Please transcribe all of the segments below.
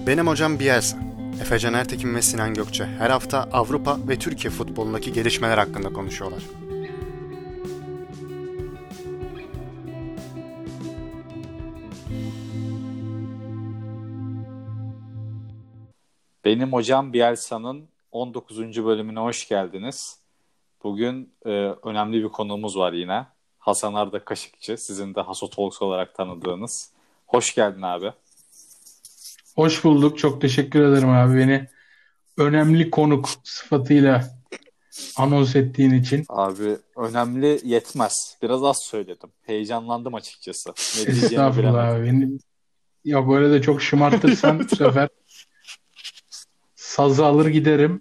Benim hocam Bielsa. Efecan Ertekin ve Sinan Gökçe her hafta Avrupa ve Türkiye futbolundaki gelişmeler hakkında konuşuyorlar. Benim hocam Bielsa'nın 19. bölümüne hoş geldiniz. Bugün önemli bir konuğumuz var yine. Hasan Arda Kaşıkçı, sizin de Haso Talks olarak tanıdığınız. Hoş geldin abi. Hoş bulduk. Çok teşekkür ederim abi beni önemli konuk sıfatıyla anons ettiğin için. Abi önemli yetmez. Biraz az söyledim. Heyecanlandım açıkçası. Ne diyeceğimi Estağfurullah abi. bilemedim. Ya böyle de çok şımartırsan bu sefer sazı alır giderim.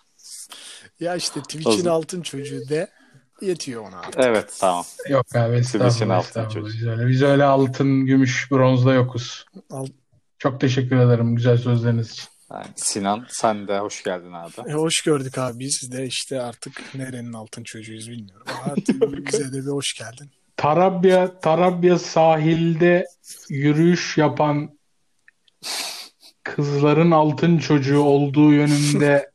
Ya işte Twitch'in altın çocuğu de yetiyor ona artık. Evet, tamam. Yok abi Twitch'in estağfurullah. altın Estağfurullah. çocuğu. Biz öyle altın, gümüş, bronzda yokuz. Çok teşekkür ederim güzel sözleriniz için. Yani Sinan, sen de hoş geldin abi. Hoş gördük abi. Biz de işte artık nerenin altın çocuğuyuz bilmiyorum. Ama bize de bir hoş geldin. Tarabya sahilde yürüyüş yapan kızların altın çocuğu olduğu yönünde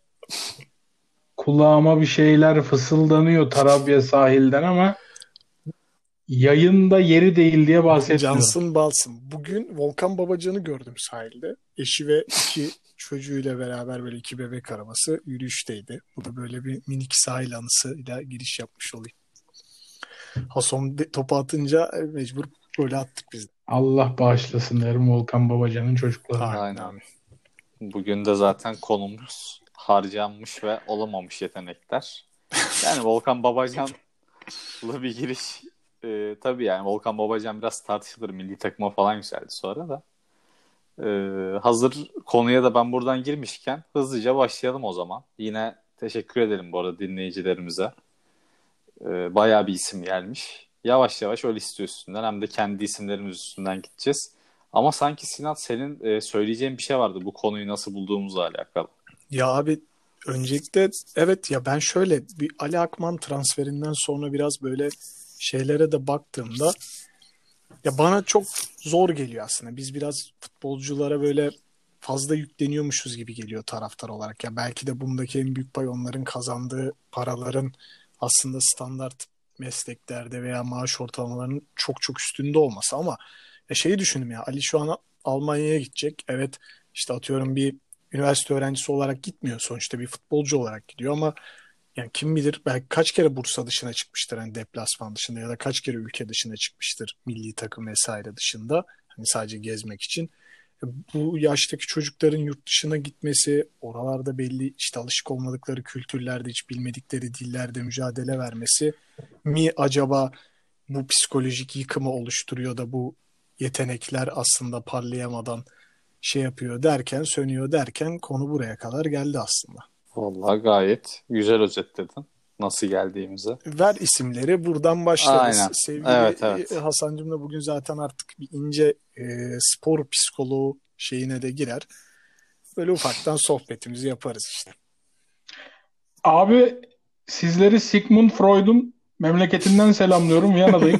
kulağıma bir şeyler fısıldanıyor Tarabya sahilden ama yayında yeri değil diye bahsetmiyorum. Cansın balsın. Bugün Volkan Babacan'ı gördüm sahilde. Eşi ve 2 çocuğuyla beraber böyle 2 bebek arabası yürüyüşteydi. Bu da böyle bir minik sahil anısıyla giriş yapmış olayım. Hasom topu atınca mecbur böyle attık biz de. Allah bağışlasın derim Volkan Babacan'ın çocukları. Aynen. Bugün de zaten konumuz harcanmış ve olamamış yetenekler. Yani Volkan Babacan'lı bir giriş. Tabii yani Volkan Babacan biraz tartışılır. Milli takıma falan yükseldi sonra da. Hazır konuya da ben buradan girmişken hızlıca başlayalım o zaman. Yine teşekkür edelim bu arada dinleyicilerimize. Bayağı bir isim gelmiş. Yavaş yavaş o liste üstünden hem de kendi isimlerimiz üstünden gideceğiz. Ama sanki Sinan senin söyleyeceğin bir şey vardı bu konuyu nasıl bulduğumuzla alakalı. Ya abi öncelikle evet ya ben şöyle bir Ali Akman transferinden sonra biraz böyle şeylere de baktığımda ya bana çok zor geliyor aslında. Biz biraz futbolculara böyle fazla yükleniyormuşuz gibi geliyor taraftar olarak. Ya belki de bundaki en büyük pay onların kazandığı paraların aslında standart mesleklerde veya maaş ortalamalarının çok çok üstünde olması ama şeyi düşündüm ya Ali şu an Almanya'ya gidecek. Evet işte atıyorum bir üniversite öğrencisi olarak gitmiyor sonuçta bir futbolcu olarak gidiyor ama yani kim bilir belki kaç kere Bursa dışına çıkmıştır hani deplasman dışında ya da kaç kere ülke dışına çıkmıştır milli takım vesaire dışında hani sadece gezmek için. Bu yaştaki çocukların yurt dışına gitmesi, oralarda belli işte alışık olmadıkları kültürlerde hiç bilmedikleri dillerde mücadele vermesi mi acaba bu psikolojik yıkımı oluşturuyor da bu yetenekler aslında parlayamadan şey yapıyor derken, sönüyor derken konu buraya kadar geldi aslında. Vallahi gayet güzel özetledin nasıl geldiğimizi. Ver isimleri buradan başlarız. Aynen. Sevgili Evet. Hasan'cığım da bugün zaten artık bir ince spor psikoloğu şeyine de girer. Böyle ufaktan sohbetimizi yaparız işte. Abi sizleri Sigmund Freud'un memleketinden selamlıyorum. Viyana'dayım.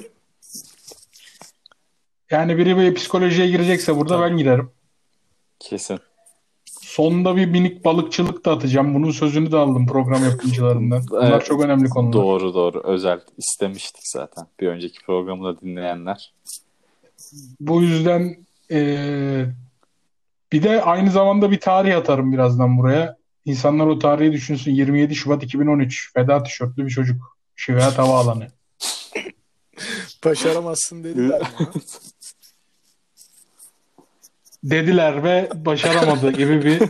Yani biri bir psikolojiye girecekse burada ben girerim. Kesin. Sonunda bir minik balıkçılık da atacağım. Bunun sözünü de aldım program yapımcılarından. Bunlar Evet, çok önemli konular. Doğru. Özel istemiştik zaten. Bir önceki programı da dinleyenler. Bu yüzden bir de aynı zamanda bir tarih atarım birazdan buraya. İnsanlar o tarihi düşünsün. 27 Şubat 2013. Feda tişörtlü bir çocuk. Şiveat Havaalanı. Başaramazsın dediler mi? Dediler ve başaramadı gibi bir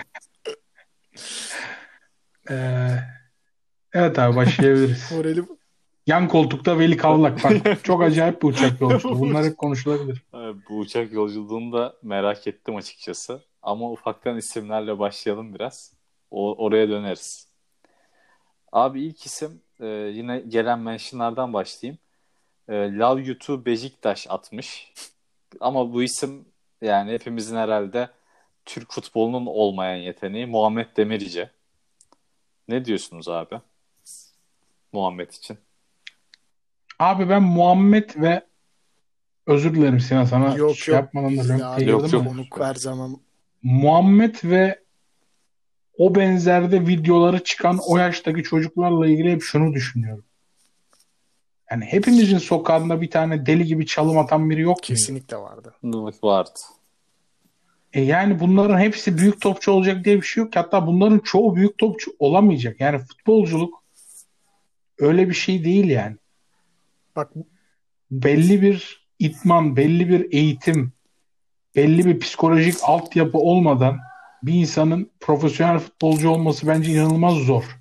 evet abi başlayabiliriz. Morali Yan koltukta Veli Kavlak. Bak çok acayip bir uçak yolculuğu. Bunlar hep konuşulabilir. Bu uçak yolculuğunu da merak ettim açıkçası. Ama ufaktan isimlerle başlayalım biraz. Oraya döneriz. Abi ilk isim yine gelen mentionlardan başlayayım. Love You to Beşiktaş atmış. Ama bu isim yani hepimizin herhalde Türk futbolunun olmayan yeteneği Muhammed Demirci. Ne diyorsunuz abi? Muhammed için. Abi ben Muhammed ve özür dilerim Sinan sana yok yapmadan da biz de abi Yok. konuk her zaman Muhammed ve o benzerde videoları çıkan o yaştaki çocuklarla ilgili hep şunu düşünüyorum. Yani hepimizin sokağında bir tane deli gibi çalım atan biri yok mu? Kesinlikle vardı. Vardı. Yani bunların hepsi büyük topçu olacak diye bir şey yok ki. Hatta bunların çoğu büyük topçu olamayacak. Yani futbolculuk öyle bir şey değil yani. Bak Belli bir itman, belli bir eğitim, belli bir psikolojik altyapı olmadan bir insanın profesyonel futbolcu olması bence inanılmaz zor.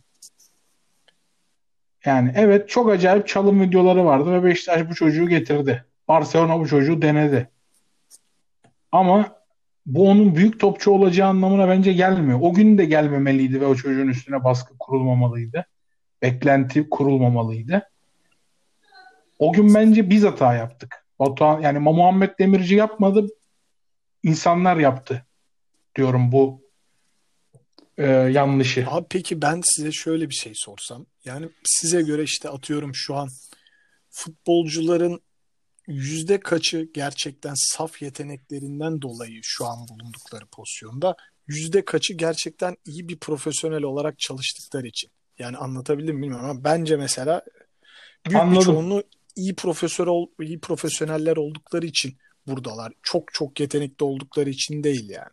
Yani evet, çok acayip çalım videoları vardı ve Beşiktaş bu çocuğu getirdi. Barcelona bu çocuğu denedi. Ama bu onun büyük topçu olacağı anlamına bence gelmiyor. O gün de gelmemeliydi ve o çocuğun üstüne baskı kurulmamalıydı. Beklenti kurulmamalıydı. O gün bence biz hata yaptık. Batuhan, yani Muhammed Demirci yapmadı, insanlar yaptı diyorum bu yanlışı. abi, peki ben size şöyle bir şey sorsam. Yani size göre işte atıyorum şu an futbolcuların yüzde kaçı gerçekten saf yeteneklerinden dolayı şu an bulundukları pozisyonda, yüzde kaçı gerçekten iyi bir profesyonel olarak çalıştıkları için. Yani anlatabildim mi bilmiyorum ama bence mesela büyük bir Anladım. çoğunluğu iyi profesyoneller oldukları için buradalar. Çok çok yetenekli oldukları için değil yani.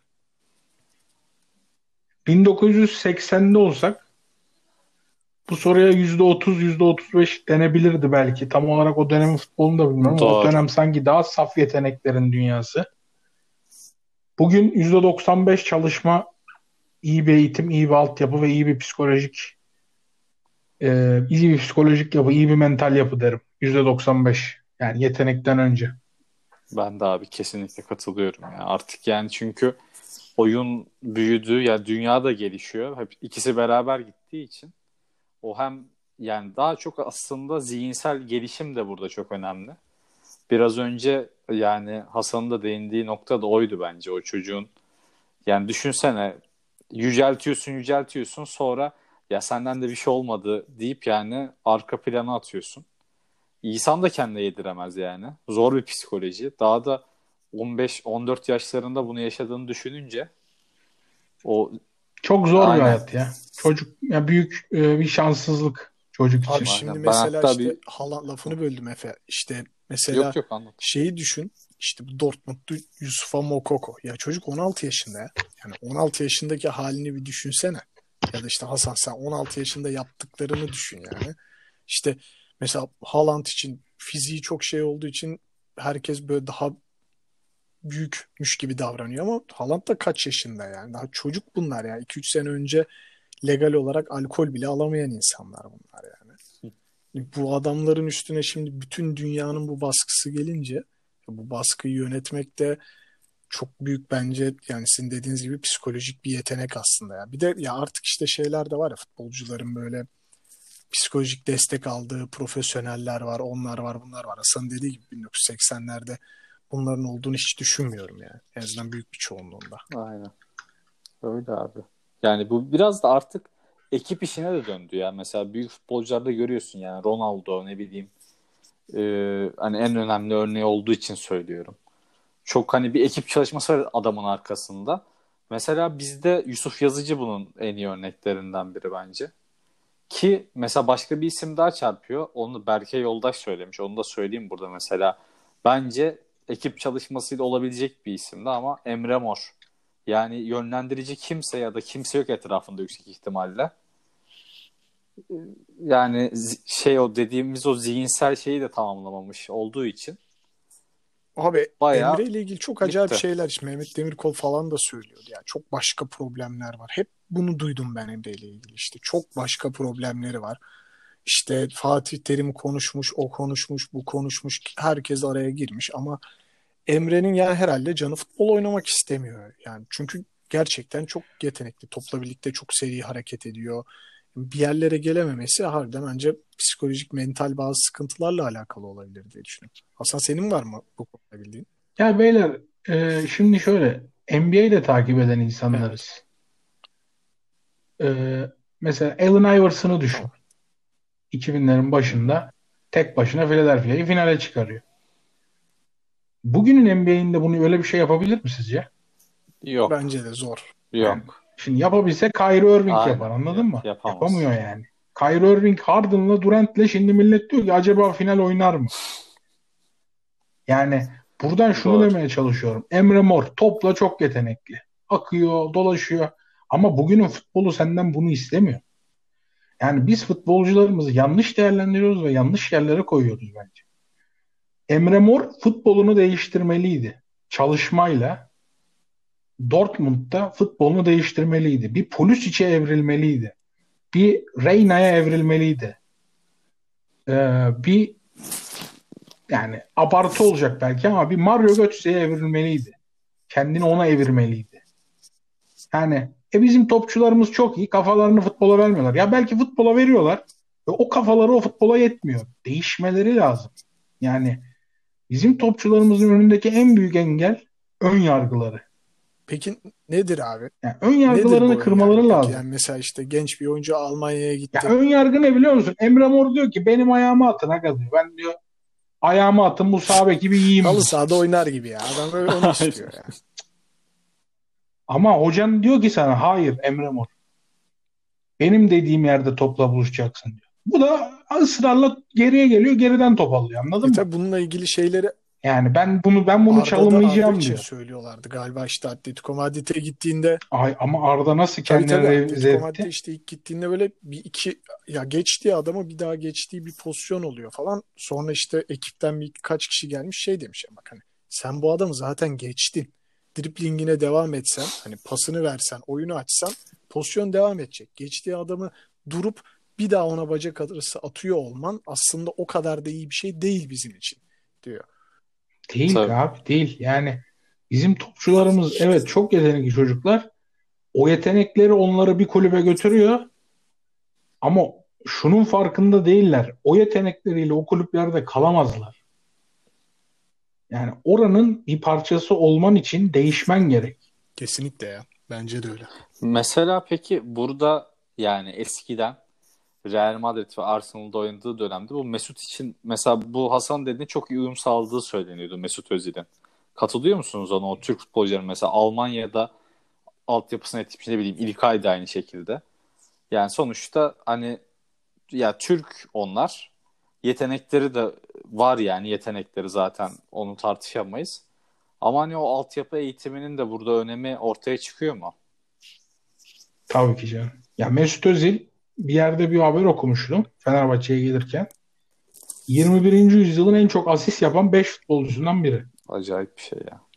1980'de olsak bu soruya %30, %35 denebilirdi belki. Tam olarak o dönemin futbolunu da bilmiyorum ama o Doğru. dönem sanki daha saf yeteneklerin dünyası. Bugün %95 çalışma, iyi bir eğitim, iyi bir altyapı ve iyi bir psikolojik yapı, iyi bir mental yapı derim. %95. Yani yetenekten önce. Ben de abi kesinlikle katılıyorum ya. Artık yani çünkü oyun büyüdü ya, dünya da gelişiyor. Hep ikisi beraber gittiği için o hem yani daha çok aslında zihinsel gelişim de burada çok önemli. Biraz önce yani Hasan'ın da değindiği nokta da oydu bence, o çocuğun. Yani düşünsene, yüceltiyorsun sonra ya senden de bir şey olmadı deyip yani arka plana atıyorsun. İnsan da kendine yediremez yani. Zor bir psikoloji. Daha da 15-14 yaşlarında bunu yaşadığını düşününce o Çok zor bir aynen. hayat ya. Çocuk ya, büyük bir şanssızlık çocuk için. Abi şimdi Ben mesela hatta işte bir Haaland, lafını böldüm Efe. İşte mesela yok anlat. şeyi düşün. İşte bu Dortmund'da Youssoufa Moukoko. Ya çocuk 16 yaşında ya. Yani 16 yaşındaki halini bir düşünsene. Ya da işte Hasan, sen 16 yaşında yaptıklarını düşün yani. İşte mesela Haaland için fiziği çok şey olduğu için herkes böyle daha büyükmüş gibi davranıyor ama Haaland da kaç yaşında yani. Daha çocuk bunlar ya. 2-3 sene önce legal olarak alkol bile alamayan insanlar bunlar yani. Bu adamların üstüne şimdi bütün dünyanın bu baskısı gelince, bu baskıyı yönetmek de çok büyük bence, yani sizin dediğiniz gibi psikolojik bir yetenek aslında ya. Bir de ya artık işte şeyler de var ya, futbolcuların böyle psikolojik destek aldığı profesyoneller var, onlar var, bunlar var. Hasan dediği gibi 1980'lerde bunların olduğunu hiç düşünmüyorum yani. En azından büyük bir çoğunluğunda. Aynen. Öyle abi. Yani bu biraz da artık ekip işine de döndü ya. Mesela büyük futbolcularda görüyorsun yani, Ronaldo, ne bileyim, hani en önemli örneği olduğu için söylüyorum. Çok hani bir ekip çalışması var adamın arkasında. Mesela bizde Yusuf Yazıcı bunun en iyi örneklerinden biri bence. Ki mesela başka bir isim daha çarpıyor. Onu Berke Yoldaş söylemiş. Onu da söyleyeyim burada mesela. Bence ekip çalışmasıyla olabilecek bir isimdi ama Emre Mor. Yani yönlendirici kimse ya da kimse yok etrafında yüksek ihtimalle. Yani o dediğimiz o zihinsel şeyi de tamamlamamış olduğu için Abi Emre bayağı ile ilgili çok acayip gitti. şeyler, işte Mehmet Demirkol falan da söylüyordu. Yani çok başka problemler var. Hep bunu duydum ben Emre ile ilgili. İşte çok başka problemleri var. İşte Fatih Terim konuşmuş, o konuşmuş, bu konuşmuş. Herkes araya girmiş ama Emre'nin yani herhalde canı futbol oynamak istemiyor. Yani çünkü gerçekten çok yetenekli. Topla birlikte çok seri hareket ediyor. Bir yerlere gelememesi harbiden bence psikolojik, mental bazı sıkıntılarla alakalı olabilir diye düşünüyorum. Hasan, senin var mı bu konuda bildiğin? Ya beyler, şimdi şöyle, NBA'yi de takip eden Evet. insanlarız. Mesela Allen Iverson'ı düşün. 2000'lerin başında tek başına Philadelphia'yı finale çıkarıyor. Bugünün NBA'inde bunu öyle bir şey yapabilir mi sizce? Yok. Bence de zor. Yok. Şimdi yapabilse Kyrie Irving Aynen. yapar, anladın mı? Yapamaz. Yapamıyor yani. Kyrie Irving, Harden'la Durant'le şimdi millet diyor ki acaba final oynar mı? Yani buradan şunu Doğru. demeye çalışıyorum. Emre Mor topla çok yetenekli. Akıyor, dolaşıyor. Ama bugünün futbolu senden bunu istemiyor. Yani biz futbolcularımızı yanlış değerlendiriyoruz ve yanlış yerlere koyuyoruz bence. Emre Mor futbolunu değiştirmeliydi. Çalışmayla Dortmund'da futbolunu değiştirmeliydi. Bir Pulisic'e evrilmeliydi. Bir Reyna'ya evrilmeliydi. Bir yani abartı olacak belki ama bir Mario Götze'ye evrilmeliydi. Kendini ona evirmeliydi. Yani bizim topçularımız çok iyi. Kafalarını futbola vermiyorlar. Ya belki futbola veriyorlar ve o kafaları o futbola yetmiyor. Değişmeleri lazım. Yani bizim topçularımızın önündeki en büyük engel ön yargıları. Peki nedir abi? Yani ön Nedir bu yargılarını kırmaları önyargı? Peki lazım. yani mesela işte genç bir oyuncu Almanya'ya gitti. Ya ön yargı ne biliyor musun? Emre Mor diyor ki benim ayağıma atın aga diyor. Ben diyor ayağıma atın bu sağ beki bir yiyeyim. Halı sahada oynar gibi ya. Adam öyle onu istiyor yani. Ama hocan diyor ki sana hayır Emre Mor. Benim dediğim yerde topla buluşacaksın diyor. Bu da ısrarla geriye geliyor, geriden top alıyor. Anladın mı? Tabii bununla ilgili şeyleri Yani ben bunu Arda çalımlayacağım için diyor. söylüyorlardı galiba işte Atletico Madrid'e gittiğinde. Ay, ama Arda nasıl Tabii kendini revize Atletico Madrid'e etti? işte ilk gittiğinde böyle bir iki ya geçtiği adamı bir daha geçtiği bir pozisyon oluyor falan. Sonra işte ekipten birkaç kişi gelmiş şey demiş ya bak hani sen bu adamı zaten geçtin. Driblingine devam etsen hani pasını versen oyunu açsan pozisyon devam edecek. Geçtiği adamı durup bir daha ona bacak arası atıyor olman aslında o kadar da iyi bir şey değil bizim için diyor. Değil Tabii. abi, değil. Yani bizim topçularımız evet çok yetenekli çocuklar. O yetenekleri onları bir kulübe götürüyor. Ama şunun farkında değiller. O yetenekleriyle o kulüplerde kalamazlar. Yani oranın bir parçası olman için değişmen gerek. Kesinlikle ya. Bence de öyle. Mesela peki burada yani eskiden Real Madrid ve Arsenal'da oynadığı dönemde bu Mesut için mesela bu Hasan dediğine çok iyi uyum sağladığı söyleniyordu Mesut Özil'in. Katılıyor musunuz ona? O Türk futbolcuların mesela Almanya'da altyapısına etmiş ne bileyim İlkay da aynı şekilde. Yani sonuçta hani ya Türk onlar. Yetenekleri de var yani yetenekleri zaten onu tartışamayız. Ama hani o altyapı eğitiminin de burada önemi ortaya çıkıyor mu? Tabii ki canım. Ya Mesut Özil bir yerde bir haber okumuştum Fenerbahçe'ye gelirken. 21. yüzyılın en çok asist yapan 5 futbolcusundan biri. Acayip bir şey ya.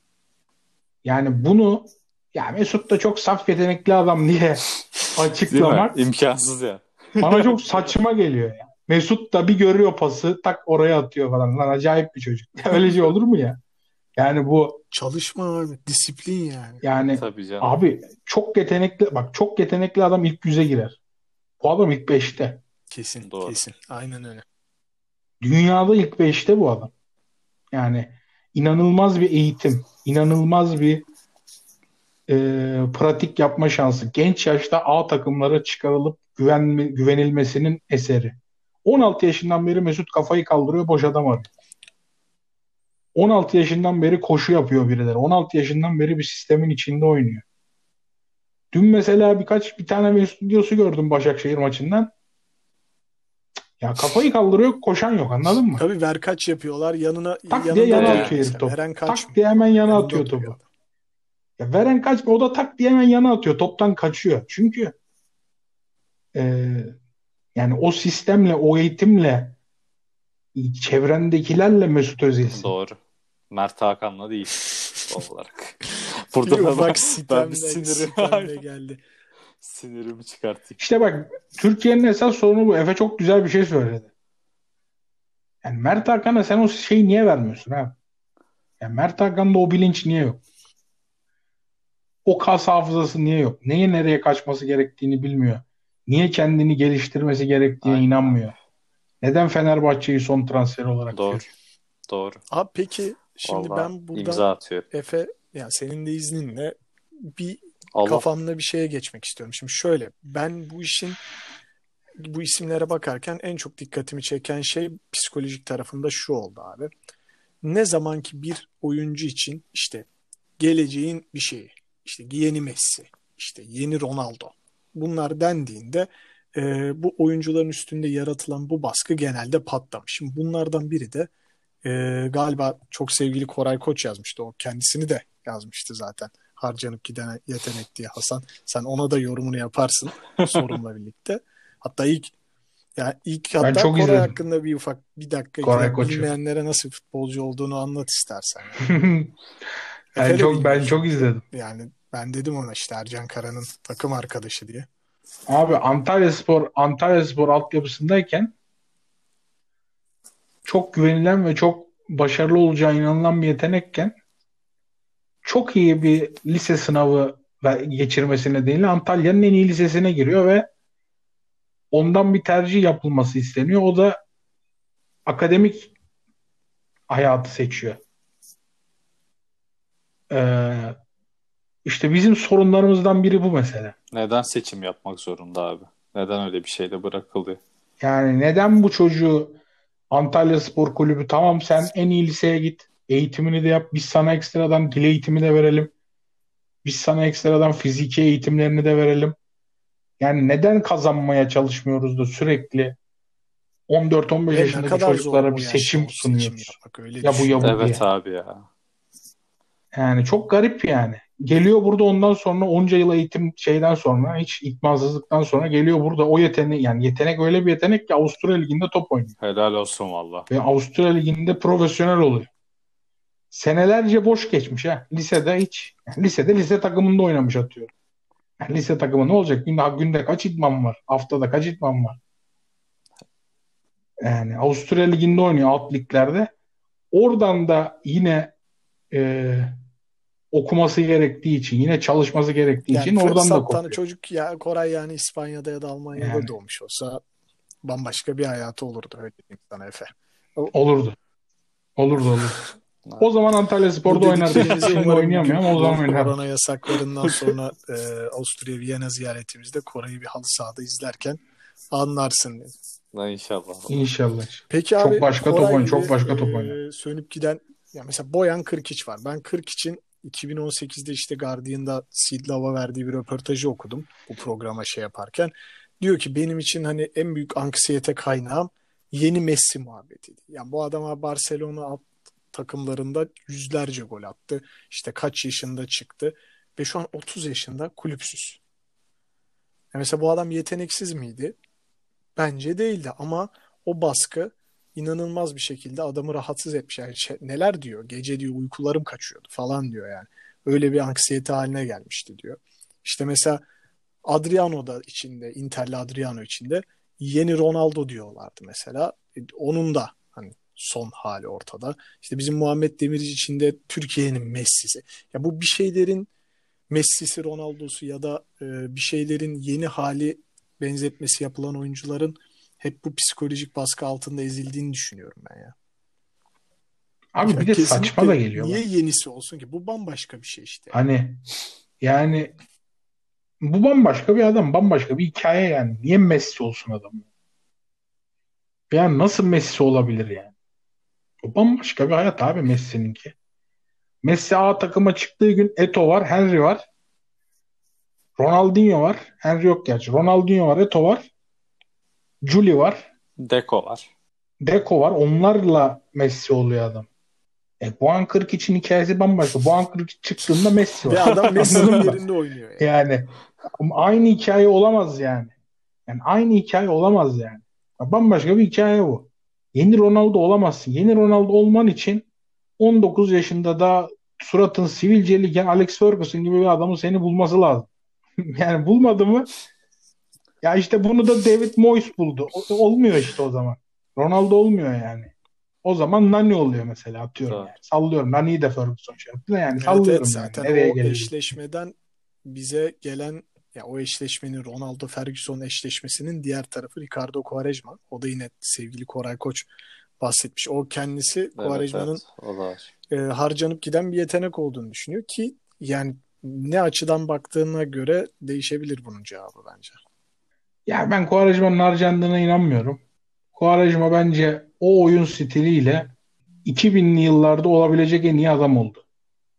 Yani bunu ya Mesut da çok saf yetenekli adam diye Değil mi? açıklamak İmkansız ya. bana çok saçma geliyor ya. Mesut da bir görüyor pası tak oraya atıyor falan. Lan acayip bir çocuk. Öyle şey olur mu ya? Yani bu Çalışma abi. Disiplin yani. yani Tabii canım. abi çok yetenekli bak çok yetenekli adam ilk 100'e girer. Bu adam ilk 5'te. Kesin. Doğru. Kesin. Aynen öyle. Dünyada ilk 5'te bu adam. Yani inanılmaz bir eğitim, inanılmaz bir pratik yapma şansı. Genç yaşta A takımlara çıkarılıp güvenilmesinin eseri. 16 yaşından beri Mesut kafayı kaldırıyor, boş adam arıyor. 16 yaşından beri koşu yapıyor birileri. 16 yaşından beri bir sistemin içinde oynuyor. Dün mesela bir tane Mesut videosu gördüm Başakşehir maçından. Ya kafayı kaldırıyor, koşan yok, anladın mı? Tabii ver kaç yapıyorlar. Yanına Tak yanında diye yana duruyor atıyor herif mesela. topu. Veren kaç Tak diye hemen yana yanında atıyor duruyor topu. adam. Ya veren kaç o da tak diye hemen yana atıyor. Toptan kaçıyor. Çünkü yani o sistemle, o eğitimle çevrendekilerle Mesut Özil'sin. Doğru. Mert Hakan'la değil doğal olarak. Bir Burada da ufak ben bir sitemle geldi. sinirimi çıkartayım. İşte bak Türkiye'nin esas sorunu bu. Efe çok güzel bir şey söyledi. Yani Mert Hakan'a sen o şeyi niye vermiyorsun abi? Yani Mert Hakan'da o bilinç niye yok? O kas hafızası niye yok? Neye nereye kaçması gerektiğini bilmiyor. Niye kendini geliştirmesi gerektiğine Aynen inanmıyor? Neden Fenerbahçe'yi son transfer olarak Doğru. görüyor? Doğru. Abi peki şimdi Vallahi ben buradan imza atıyor. Efe ya senin de izninle bir Allah. kafamda bir şeye geçmek istiyorum. Şimdi şöyle ben bu isimlere bakarken en çok dikkatimi çeken şey psikolojik tarafında şu oldu abi. Ne zaman ki bir oyuncu için işte geleceğin bir şeyi. İşte yeni Messi, işte yeni Ronaldo. Bunlar dendiğinde bu oyuncuların üstünde yaratılan bu baskı genelde patlamış. Şimdi bunlardan biri de galiba çok sevgili Koray Koç yazmıştı. O kendisini de yazmıştı zaten. Harcanıp giden yetenek diye Hasan. Sen ona da yorumunu yaparsın sorumla birlikte. Hatta ilk Ben hatta çok Koray izledim hakkında bir dakika Koray Koç'u. bilmeyenlere nasıl futbolcu olduğunu anlat istersen. Yani. Efe de bilmiyor Ben çok çünkü. izledim. Yani ben dedim ona işte Ercan Kara'nın takım arkadaşı diye. Abi Antalyaspor altyapısındayken çok güvenilen ve çok başarılı olacağı inanılan bir yetenekken çok iyi bir lise sınavı geçirmesi nedeniyle Antalya'nın en iyi lisesine giriyor ve ondan bir tercih yapılması isteniyor. O da akademik hayatı seçiyor. Ee, işte bizim sorunlarımızdan biri bu mesela. Neden seçim yapmak zorunda abi? Neden öyle bir şeyle bırakılıyor? Yani neden bu çocuğu Antalyaspor Kulübü tamam sen en iyi liseye git, eğitimini de yap, biz sana ekstradan dil eğitimi de verelim, biz sana ekstradan fiziki eğitimlerini de verelim. Yani neden kazanmaya çalışmıyoruz da sürekli 14-15 Ve ne yaşındaki kadar zor çocuklara o bir yaşta seçim o seçim sunuyoruz. yapmak öyle Ya bu düşün. ya bu Evet diye. abi ya. Yani çok garip yani. Geliyor burada ondan sonra onca yıl eğitim şeyden sonra hiç itmansızlıktan sonra geliyor burada o yetenek yani yetenek öyle bir yetenek ki Avusturya Ligi'nde top oynuyor. Helal olsun valla. Ve Avusturya Ligi'nde profesyonel oluyor. Senelerce boş geçmiş ha. Lisede hiç. Yani lise takımında oynamış atıyorum. Yani lise takımı ne olacak? Günde kaç idman var? Haftada kaç idman var? Yani Avusturya Ligi'nde oynuyor alt liglerde. Oradan da yine e, okuması gerektiği için, yine çalışması gerektiği Yani için oradan da fırsat tanı kopuyor. çocuk ya Koray yani İspanya'da ya da Almanya'da Yani doğmuş olsa bambaşka bir hayatı olurdu öyle diyeyim sana Efe. olurdu. Olurdu. O zaman Bu Antalyaspor'da oynardı. dediklerimizi Şimdi umarım oynayamıyor bugün ama o bu zaman oynardı. korona yasaklarından sonra Avusturya Viyana ziyaretimizde Koray'ı bir halı sahada izlerken anlarsın. Lan inşallah. İnşallah. Peki Çok abi başka top Koray oynuyor. gibi Çok başka top oynuyor. sönüp giden ya mesela Boyan Kırkiç var. Ben Kırkiç'in 2018'de işte Guardian'da Sid Lav'a verdiği bir röportajı okudum bu programa şey yaparken. Diyor ki benim için hani en büyük anksiyete kaynağım yeni Messi muhabbeti. Yani bu adam Barcelona alt takımlarında yüzlerce gol attı. İşte kaç yaşında çıktı ve şu an 30 yaşında kulüpsüz. Yani mesela bu adam yeteneksiz miydi? Bence değildi ama o baskı inanılmaz bir şekilde adamı rahatsız etmiş. Yani neler diyor? Gece diyor uykularım kaçıyordu falan diyor yani. Öyle bir anksiyete haline gelmişti diyor. İşte mesela Adriano da içinde, Inter'li Adriano içinde yeni Ronaldo diyorlardı mesela. Onun da hani son hali ortada. İşte bizim Muhammed Demirci içinde Türkiye'nin Messi'si. Ya bu bir şeylerin Messi'si, Ronaldo'su ya da bir şeylerin yeni hali benzetmesi yapılan oyuncuların hep bu psikolojik baskı altında ezildiğini düşünüyorum ben ya. Abi bir de saçma da geliyor. Niye yenisi olsun ki? Bu bambaşka bir şey işte. Hani yani bu bambaşka bir adam, bambaşka bir hikaye yani. Niye Messi olsun adam? Yani nasıl Messi olabilir yani? O bambaşka bir hayat abi Messi'ninki. Messi A takıma çıktığı gün Eto'o var, Henry var. Ronaldinho var. Henry yok gerçi. Ronaldinho var, Eto'o var. Juli var. Deko var. Deco var. Onlarla Messi oluyor adam. Boğan Kırk için hikayesi bambaşka. Boğan Kırk çıktığında Messi var. Ve adam Anladın Messi'nin mı? yerinde oynuyor yani. Yani aynı hikaye olamaz yani. Yani aynı hikaye olamaz yani. Bambaşka bir hikaye bu. Yeni Ronaldo olamazsın. Yeni Ronaldo olman için 19 yaşında da suratın sivilceliyken Alex Ferguson gibi bir adamın seni bulması lazım. Yani bulmadı mı? Ya işte bunu da David Moyes buldu. Olmuyor işte o zaman. Ronaldo olmuyor yani. O zaman Nani oluyor mesela atıyorum Doğru. yani. Sallıyorum. Nani'yi de Ferguson şey yaptı da yani Evet, sallıyorum yani. zaten Nereye o gelecek? eşleşmeden bize gelen ya o eşleşmenin Ronaldo Ferguson eşleşmesinin diğer tarafı Ricardo Quaresma. O da yine sevgili Koray Koç bahsetmiş. O kendisi Quaresma'nın O da var. harcanıp giden bir yetenek olduğunu düşünüyor ki yani ne açıdan baktığına göre değişebilir bunun cevabı bence. Ya ben Quaresma'nın harcandığına inanmıyorum. Quaresma bence o oyun stiliyle 2000'li yıllarda olabilecek en iyi adam oldu.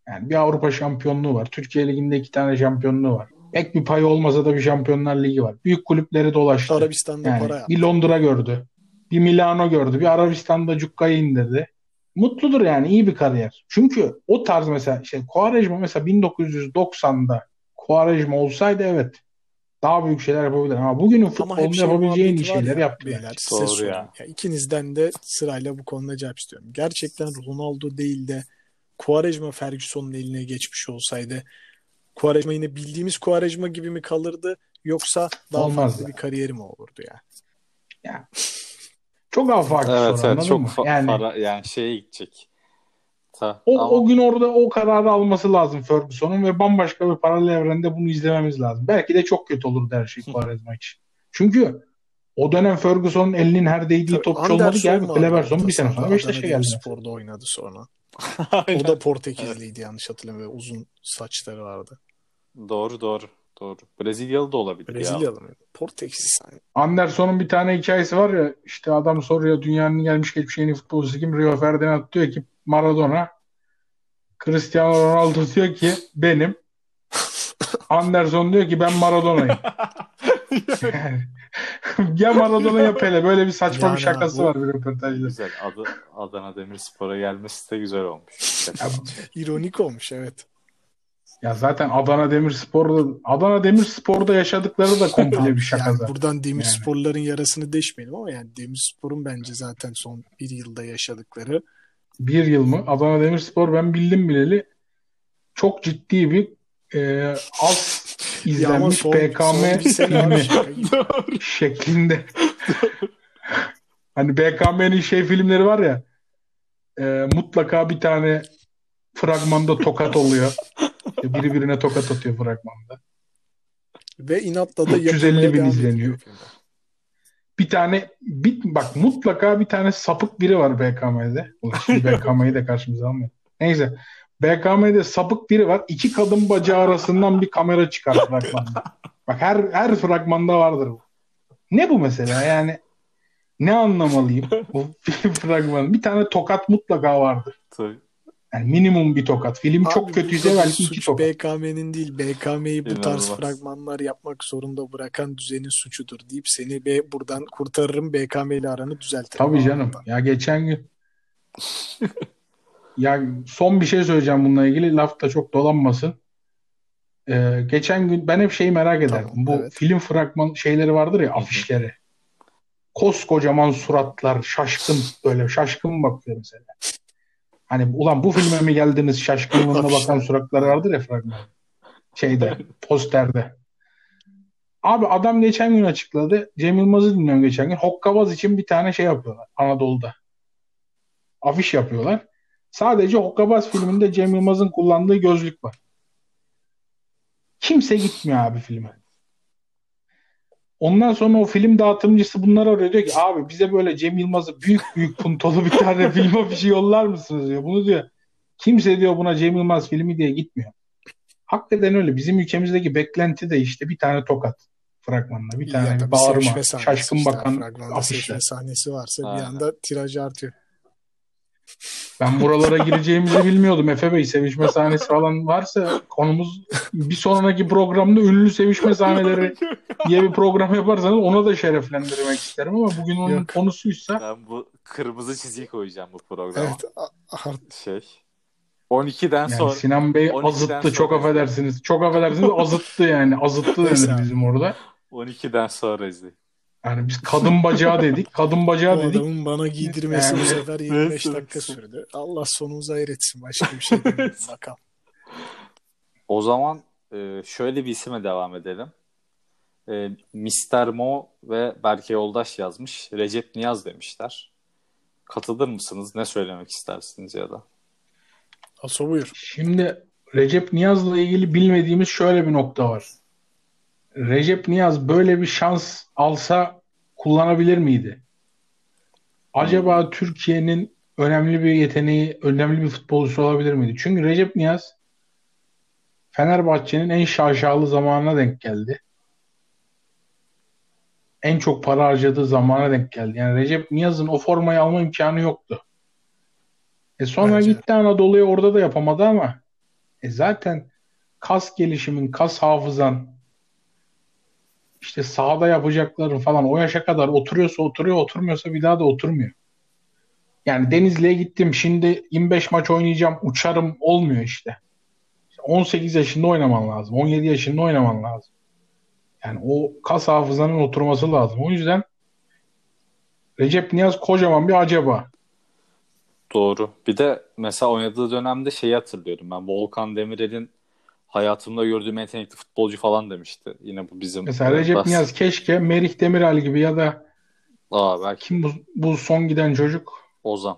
Yani bir Avrupa şampiyonluğu var. Türkiye Ligi'nde 2 tane şampiyonluğu var. Ek bir payı olmasa da bir Şampiyonlar Ligi var. Büyük kulüpleri dolaştı. Arabistan'da para Yani bir yaptı. Londra gördü. Bir Milano gördü. Bir Arabistan'da cukkayı indirdi. Mutludur yani, iyi bir kariyer. Çünkü o tarz mesela Quaresma mesela 1990'da Quaresma olsaydı evet daha büyük şeyler yapabilir. Ama bugünün Ama hep futbolunda yapabileceği en iyi muhabbeti var şeyleri ya yaptı beyler, bence. size Doğru sorayım. ya. Ya ikinizden de sırayla bu konuda cevap istiyorum. Gerçekten Ronaldo değil de Quaresma Ferguson'un eline geçmiş olsaydı Quaresma yine bildiğimiz Quaresma gibi mi kalırdı yoksa daha Olmazdı. farklı bir kariyeri mi olurdu ya? Yani çok afaki Evet soru, evet anladın çok mı? Yani para yani şeye gidecek. o Ama gün orada o kararı alması lazım Ferguson'un ve bambaşka bir paralel evrende bunu izlememiz lazım. Belki de çok kötü olurdu her şey Quaresma için. Çünkü o dönem Ferguson'un elinin her değdiği Tabii topçu olmadı ki Anderson abi. vardı Kleberson orta bir sene sahada. sonra Adana Beşiktaş'a geldi mesela. Demirspor'da oynadı sonra. O Aynen. da Portekizliydi yanlış hatırlamıyorum. Uzun saçları vardı. Doğru doğru. Doğru. Brezilyalı da olabilir ya. Brezilyalı mıydı? Portekiz sanki. Anderson'un bir tane hikayesi var ya, işte adam soruyor dünyanın gelmiş geçmiş en iyi futbolcusu kim? Rio Ferdinand diyor ki Maradona. Cristiano Ronaldo diyor ki benim. Anderson diyor ki ben Maradona'yım. Ya Maradona ya Pele. Böyle bir saçma Yani bir şakası bu var bir röportajda. Güzel. Adana Demirspor'a gelmesi de güzel olmuş. Ya, ironik olmuş evet. ya zaten Adana Demirspor'da yaşadıkları da komple Abi bir şaka yani zaten. buradan Yani. Demirspor'ların yarasını deşmeyelim ama yani Demirspor'un bence zaten son bir yılda yaşadıkları Bir yıl mı? Adana Demirspor ben bildim bileli çok ciddi bir az ya ama izlenmiş son BKM bir sene abi filmi şaka gibi. şeklinde. Hani BKM'nin filmleri var ya, mutlaka bir tane fragmanda tokat oluyor. İşte biri birine tokat atıyor fragmanda. Ve inatla da 350 yapılmaya bin devam izleniyor. ediliyor filmler. Bir tane bak mutlaka bir tane sapık biri var BKM'de. Ulan şimdi BKM'yi de karşımıza almayalım. Neyse. BKM'de sapık biri var. İki kadın bacağı arasından bir kamera çıkar fragmanda. Bak her fragmanda vardır bu. Ne bu mesela yani? Ne anlamalıyım bu film fragmanı? Bir tane tokat mutlaka vardır. Tabii. Yani minimum bir tokat. Film çok Abi kötüyse burada belki iki suç tokat. BKM'nin değil, BKM'yi bu tarz İnanılmaz. fragmanlar yapmak zorunda bırakan düzenin suçudur deyip seni buradan kurtarırım, BKM ile aranı düzeltirim. Tabii canım. Anında. Ya geçen gün ya son bir şey söyleyeceğim bununla ilgili. Laf da çok dolanmasın. Geçen gün ben hep merak ederdim. Tamam, Bu evet. film fragman şeyleri vardır ya, afişleri. Koskocaman suratlar, böyle şaşkın bakıyor mesela. Hani ulan bu filme mi geldiniz şaşkınlığına bakan Afişler. suratlar vardır ya fragman. Posterde. Abi adam geçen gün açıkladı. Cem Yılmaz'ı dinliyorum geçen gün. Hokkabaz için bir tane yapıyorlar Anadolu'da. Afiş yapıyorlar. Sadece Hokkabaz filminde Cem Yılmaz'ın kullandığı gözlük var. Kimse gitmiyor abi filme. Ondan sonra o film dağıtımcısı bunları arıyor, diyor ki abi bize böyle Cem Yılmaz'ı büyük büyük puntolu bir tane film afişi yollar mısınız diyor. Bunu diyor. Kimse diyor buna Cem Yılmaz filmi diye gitmiyor. Hakikaten öyle. Bizim ülkemizdeki beklenti de işte bir tane tokat fragmanla, bir tane Ya da bir bir bağırma, sevişme sahnesi şaşkın işte. bakan Fragmanda afişler. sevişme sahnesi varsa bir Aynen. anda tiraj artıyor. Ben buralara gireceğimizi bilmiyordum. Efe Bey, sevişme sahnesi falan varsa konumuz, bir sonraki programda ünlü sevişme sahneleri diye bir program yaparsanız ona da şereflendirmek isterim ama bugün onun Yok. konusuysa Ben bu kırmızı çizgi koyacağım bu programa. Evet. 12'den yani sonra Sinan Bey 12'den azıttı, çok sonra affedersiniz. Çok affedersiniz, azıttı yani. Azıttı Neyse denir abi. bizim orada. 12'den sonra izleyin. Yani biz kadın bacağı dedik. Kadın bacağı Bu dedik. adamın bana giydirmesi Yani- bu sefer 25 Neyse, dakika neyse. sürdü. Allah sonumuzu hayır etsin. Başka bir şey demiyorum. Bakalım. O zaman şöyle bir isime devam edelim. Mr. Mo ve Berke Yoldaş yazmış. Recep Niyaz demişler. Katılır mısınız? Ne söylemek istersiniz ya da? Aso buyur. Şimdi Recep Niyaz'la ilgili bilmediğimiz şöyle bir nokta var. Recep Niyaz böyle bir şans alsa kullanabilir miydi? Acaba Türkiye'nin önemli bir yeteneği, önemli bir futbolcusu olabilir miydi? Çünkü Recep Niyaz Fenerbahçe'nin en şaşalı zamanına denk geldi. En çok para harcadığı zamana denk geldi. Yani Recep Niyaz'ın o formayı alma imkanı yoktu. Sonra Bence. gitti Anadolu'ya, orada da yapamadı ama Zaten kas gelişimin, kas hafızan, işte sahada yapacakların falan o yaşa kadar oturuyorsa oturuyor, oturmuyorsa bir daha da oturmuyor. Yani Denizli'ye gittim, şimdi 25 maç oynayacağım, uçarım olmuyor işte. 18 yaşında oynaman lazım, 17 yaşında oynaman lazım. Yani o kas hafızanın oturması lazım. O yüzden Recep Niyaz kocaman bir acaba. Doğru. Bir de mesela oynadığı dönemde şeyi hatırlıyorum ben. Volkan Demirel'in hayatımda gördüğüm yetenekli futbolcu falan demişti. Yine bu bizim Mesela Recep Niyaz keşke Merih Demiral gibi ya da belki kim bu son giden çocuk? Ozan.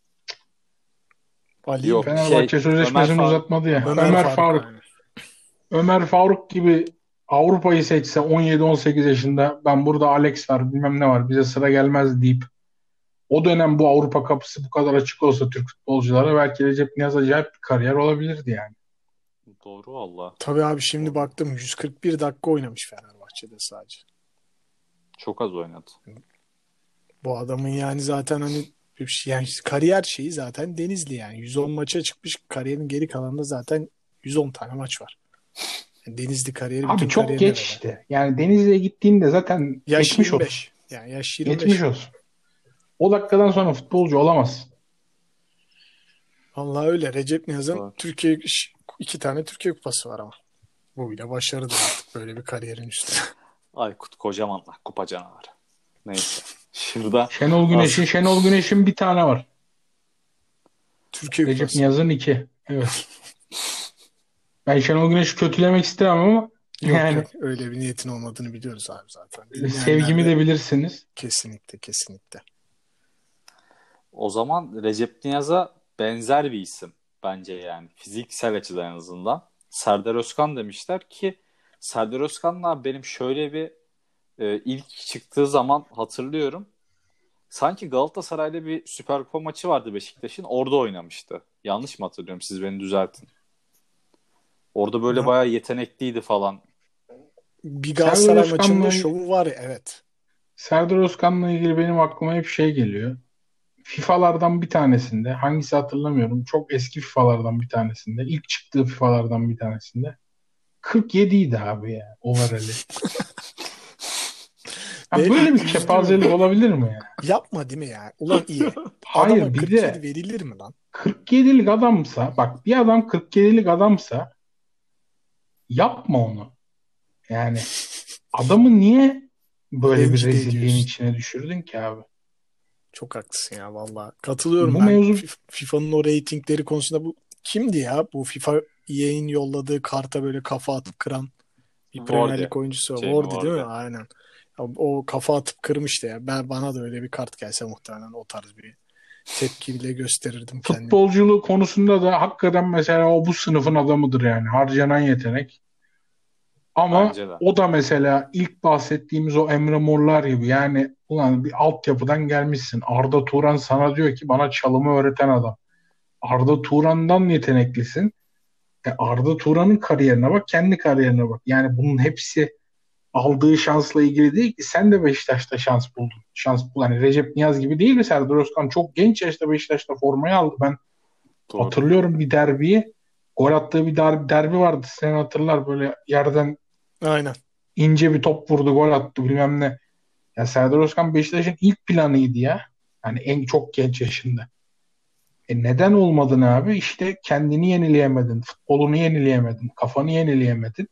Ali mi? Yok Fenerbahçe Ömer sözleşmesini Faruk. uzatmadı ya. Ömer Faruk. Aynen. Ömer Faruk gibi Avrupa'yı seçse 17-18 yaşında, ben burada Alex var bilmem ne var bize sıra gelmez deyip o dönem bu Avrupa kapısı bu kadar açık olsa Türk futbolculara, belki Recep Niyaz acayip bir kariyer olabilirdi yani. Doğru valla. Tabii abi şimdi baktım 141 dakika oynamış Fenerbahçe'de sadece. Çok az oynadı. Bu adamın yani zaten hani yani kariyer şeyi zaten Denizli yani. 110 maça çıkmış, kariyerin geri kalanında zaten 110 tane maç var. Yani Denizli kariyeri Abi bütün çok kariyerine geç bedel. işte. Yani Denizli'ye gittiğinde zaten Yaş geçmiş 25. olsun. Yani yaş 25. Geçmiş olsun. O dakikadan sonra futbolcu olamaz. Vallahi öyle. Recep Niyaz'ın Doğru. Türkiye 2 tane Türkiye kupası var ama. Bu bile başarıdır artık böyle bir kariyerin üstüne. Aykut Kocaman'la kupa canavarı. Neyse. Şurada Şenol Güneş'in bir tane var. Türkiye Recep kupası. Niyaz'ın 2. Evet. Ben Şenol Güneş'i kötülemek istemem ama Yok yani yok, öyle bir niyetin olmadığını biliyoruz abi zaten. sevgimi Dinleyenler de de bilirsiniz. kesinlikle. o zaman Recep Niyaz'a benzer bir isim bence yani. Fiziksel açıdan en azından. Serdar Özkan demişler ki Serdar Özkan'la benim şöyle bir ilk çıktığı zaman hatırlıyorum. Sanki Galatasaray'la bir Süper Kupa maçı vardı Beşiktaş'ın. Orada oynamıştı. Yanlış mı hatırlıyorum? Siz beni düzeltin. Orada böyle Ya, bayağı yetenekliydi falan. bir Serdar Galatasaray maçında Özkan'la şovu var ya, evet. Serdar Özkan'la ilgili benim aklıma hep şey geliyor. FIFA'lardan bir tanesinde, hangisi hatırlamıyorum, çok eski FIFA'lardan bir tanesinde, ilk çıktığı FIFA'lardan bir tanesinde 47 idi abi ya overall'i. Ya Ve böyle bir üzdü kepazelik mü? olabilir mi ya? Yapma değil mi ya? Ulan iyi. Adama Hayır, bir 47 de verilir mi lan? 47'lik adamsa, bak bir adam 47'lik adamsa yapma onu. Yani adamı niye böyle bir Rencide rezilliğin ediyorsun. içine düşürdün ki abi? Çok haklısın ya valla. Katılıyorum Bu ben mevzu FIFA'nın o reytingleri konusunda. Bu kimdi ya? Bu FIFA EA'in yolladığı karta böyle kafa atıp kıran bir Premier Vardy. Lig oyuncusu. Jamie Wardy değil mi? Vardy. Aynen. O kafa atıp kırmıştı ya. Bana da öyle bir kart gelse muhtemelen o tarz bir tepki bile gösterirdim kendim. futbolculuğu konusunda da hakikaten mesela o bu sınıfın adamıdır yani. Harcanan yetenek. Ama Bence de. o da mesela ilk bahsettiğimiz o Emre Morlar gibi, yani ulan bir altyapıdan gelmişsin. Arda Turan sana diyor ki bana çalımı öğreten adam. Arda Turan'dan yeteneklisin. Arda Turan'ın kariyerine bak, kendi kariyerine bak. Yani bunun hepsi aldığı şansla ilgili değil ki. Sen de Beşiktaş'ta şans buldun. Yani Recep Niyaz gibi değil mi? Serdar Özkan çok genç yaşta Beşiktaş'ta formayı aldı. Ben Doğru. hatırlıyorum bir derbiyi. Gol attığı bir derbi vardı. Sen hatırlar, böyle yerden Aynen. ince bir top vurdu, gol attı bilmem ne. Ya Serdar Özkan Beşiktaş'ın ilk planıydı ya. Yani en çok genç yaşında. Neden olmadın abi? İşte kendini yenileyemedin, futbolunu yenileyemedin, kafanı yenileyemedin.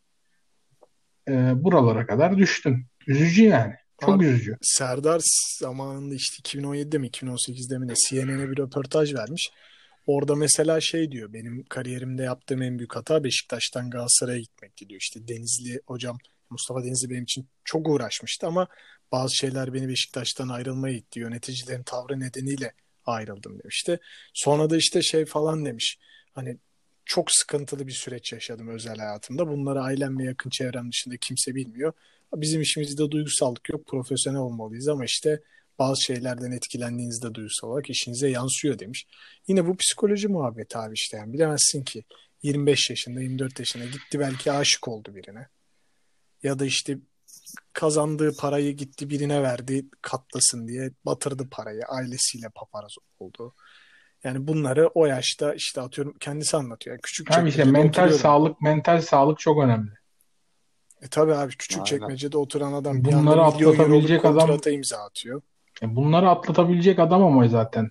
Buralara kadar düştün. Üzücü yani. Çok Abi üzücü. Serdar zamanında işte 2017'de mi 2018'de mi ne CNN'e bir röportaj vermiş. Orada mesela şey diyor, benim kariyerimde yaptığım en büyük hata Beşiktaş'tan Galatasaray'a gitmekti diyor. İşte Denizli hocam Mustafa Denizli benim için çok uğraşmıştı ama bazı şeyler beni Beşiktaş'tan ayrılmaya itti. Yöneticilerin tavrı nedeniyle ayrıldım demişti. Sonra da işte şey falan demiş. Hani çok sıkıntılı bir süreç yaşadım özel hayatımda. Bunları ailem ve yakın çevrem dışında kimse bilmiyor. Bizim işimizde duygusallık yok, profesyonel olmalıyız ama işte bazı şeylerden etkilendiğinizde duygusal olarak işinize yansıyor demiş. Yine bu psikoloji muhabbeti abi işte, yani bilemezsin ki 25 yaşında 24 yaşında gitti, belki aşık oldu birine. Ya da işte kazandığı parayı gitti birine verdi katlasın diye batırdı parayı, ailesiyle paparaz oldu. Yani bunları o yaşta işte atıyorum kendisi anlatıyor. Yani küçük Abi işte çekmecede oturuyorum. mental sağlık çok önemli. Tabii abi küçük Aynen. çekmecede oturan adam bir anda Bunları milyon euroluk atlatabilecek adam kontrata atıyor. bunları atlatabilecek adam ama zaten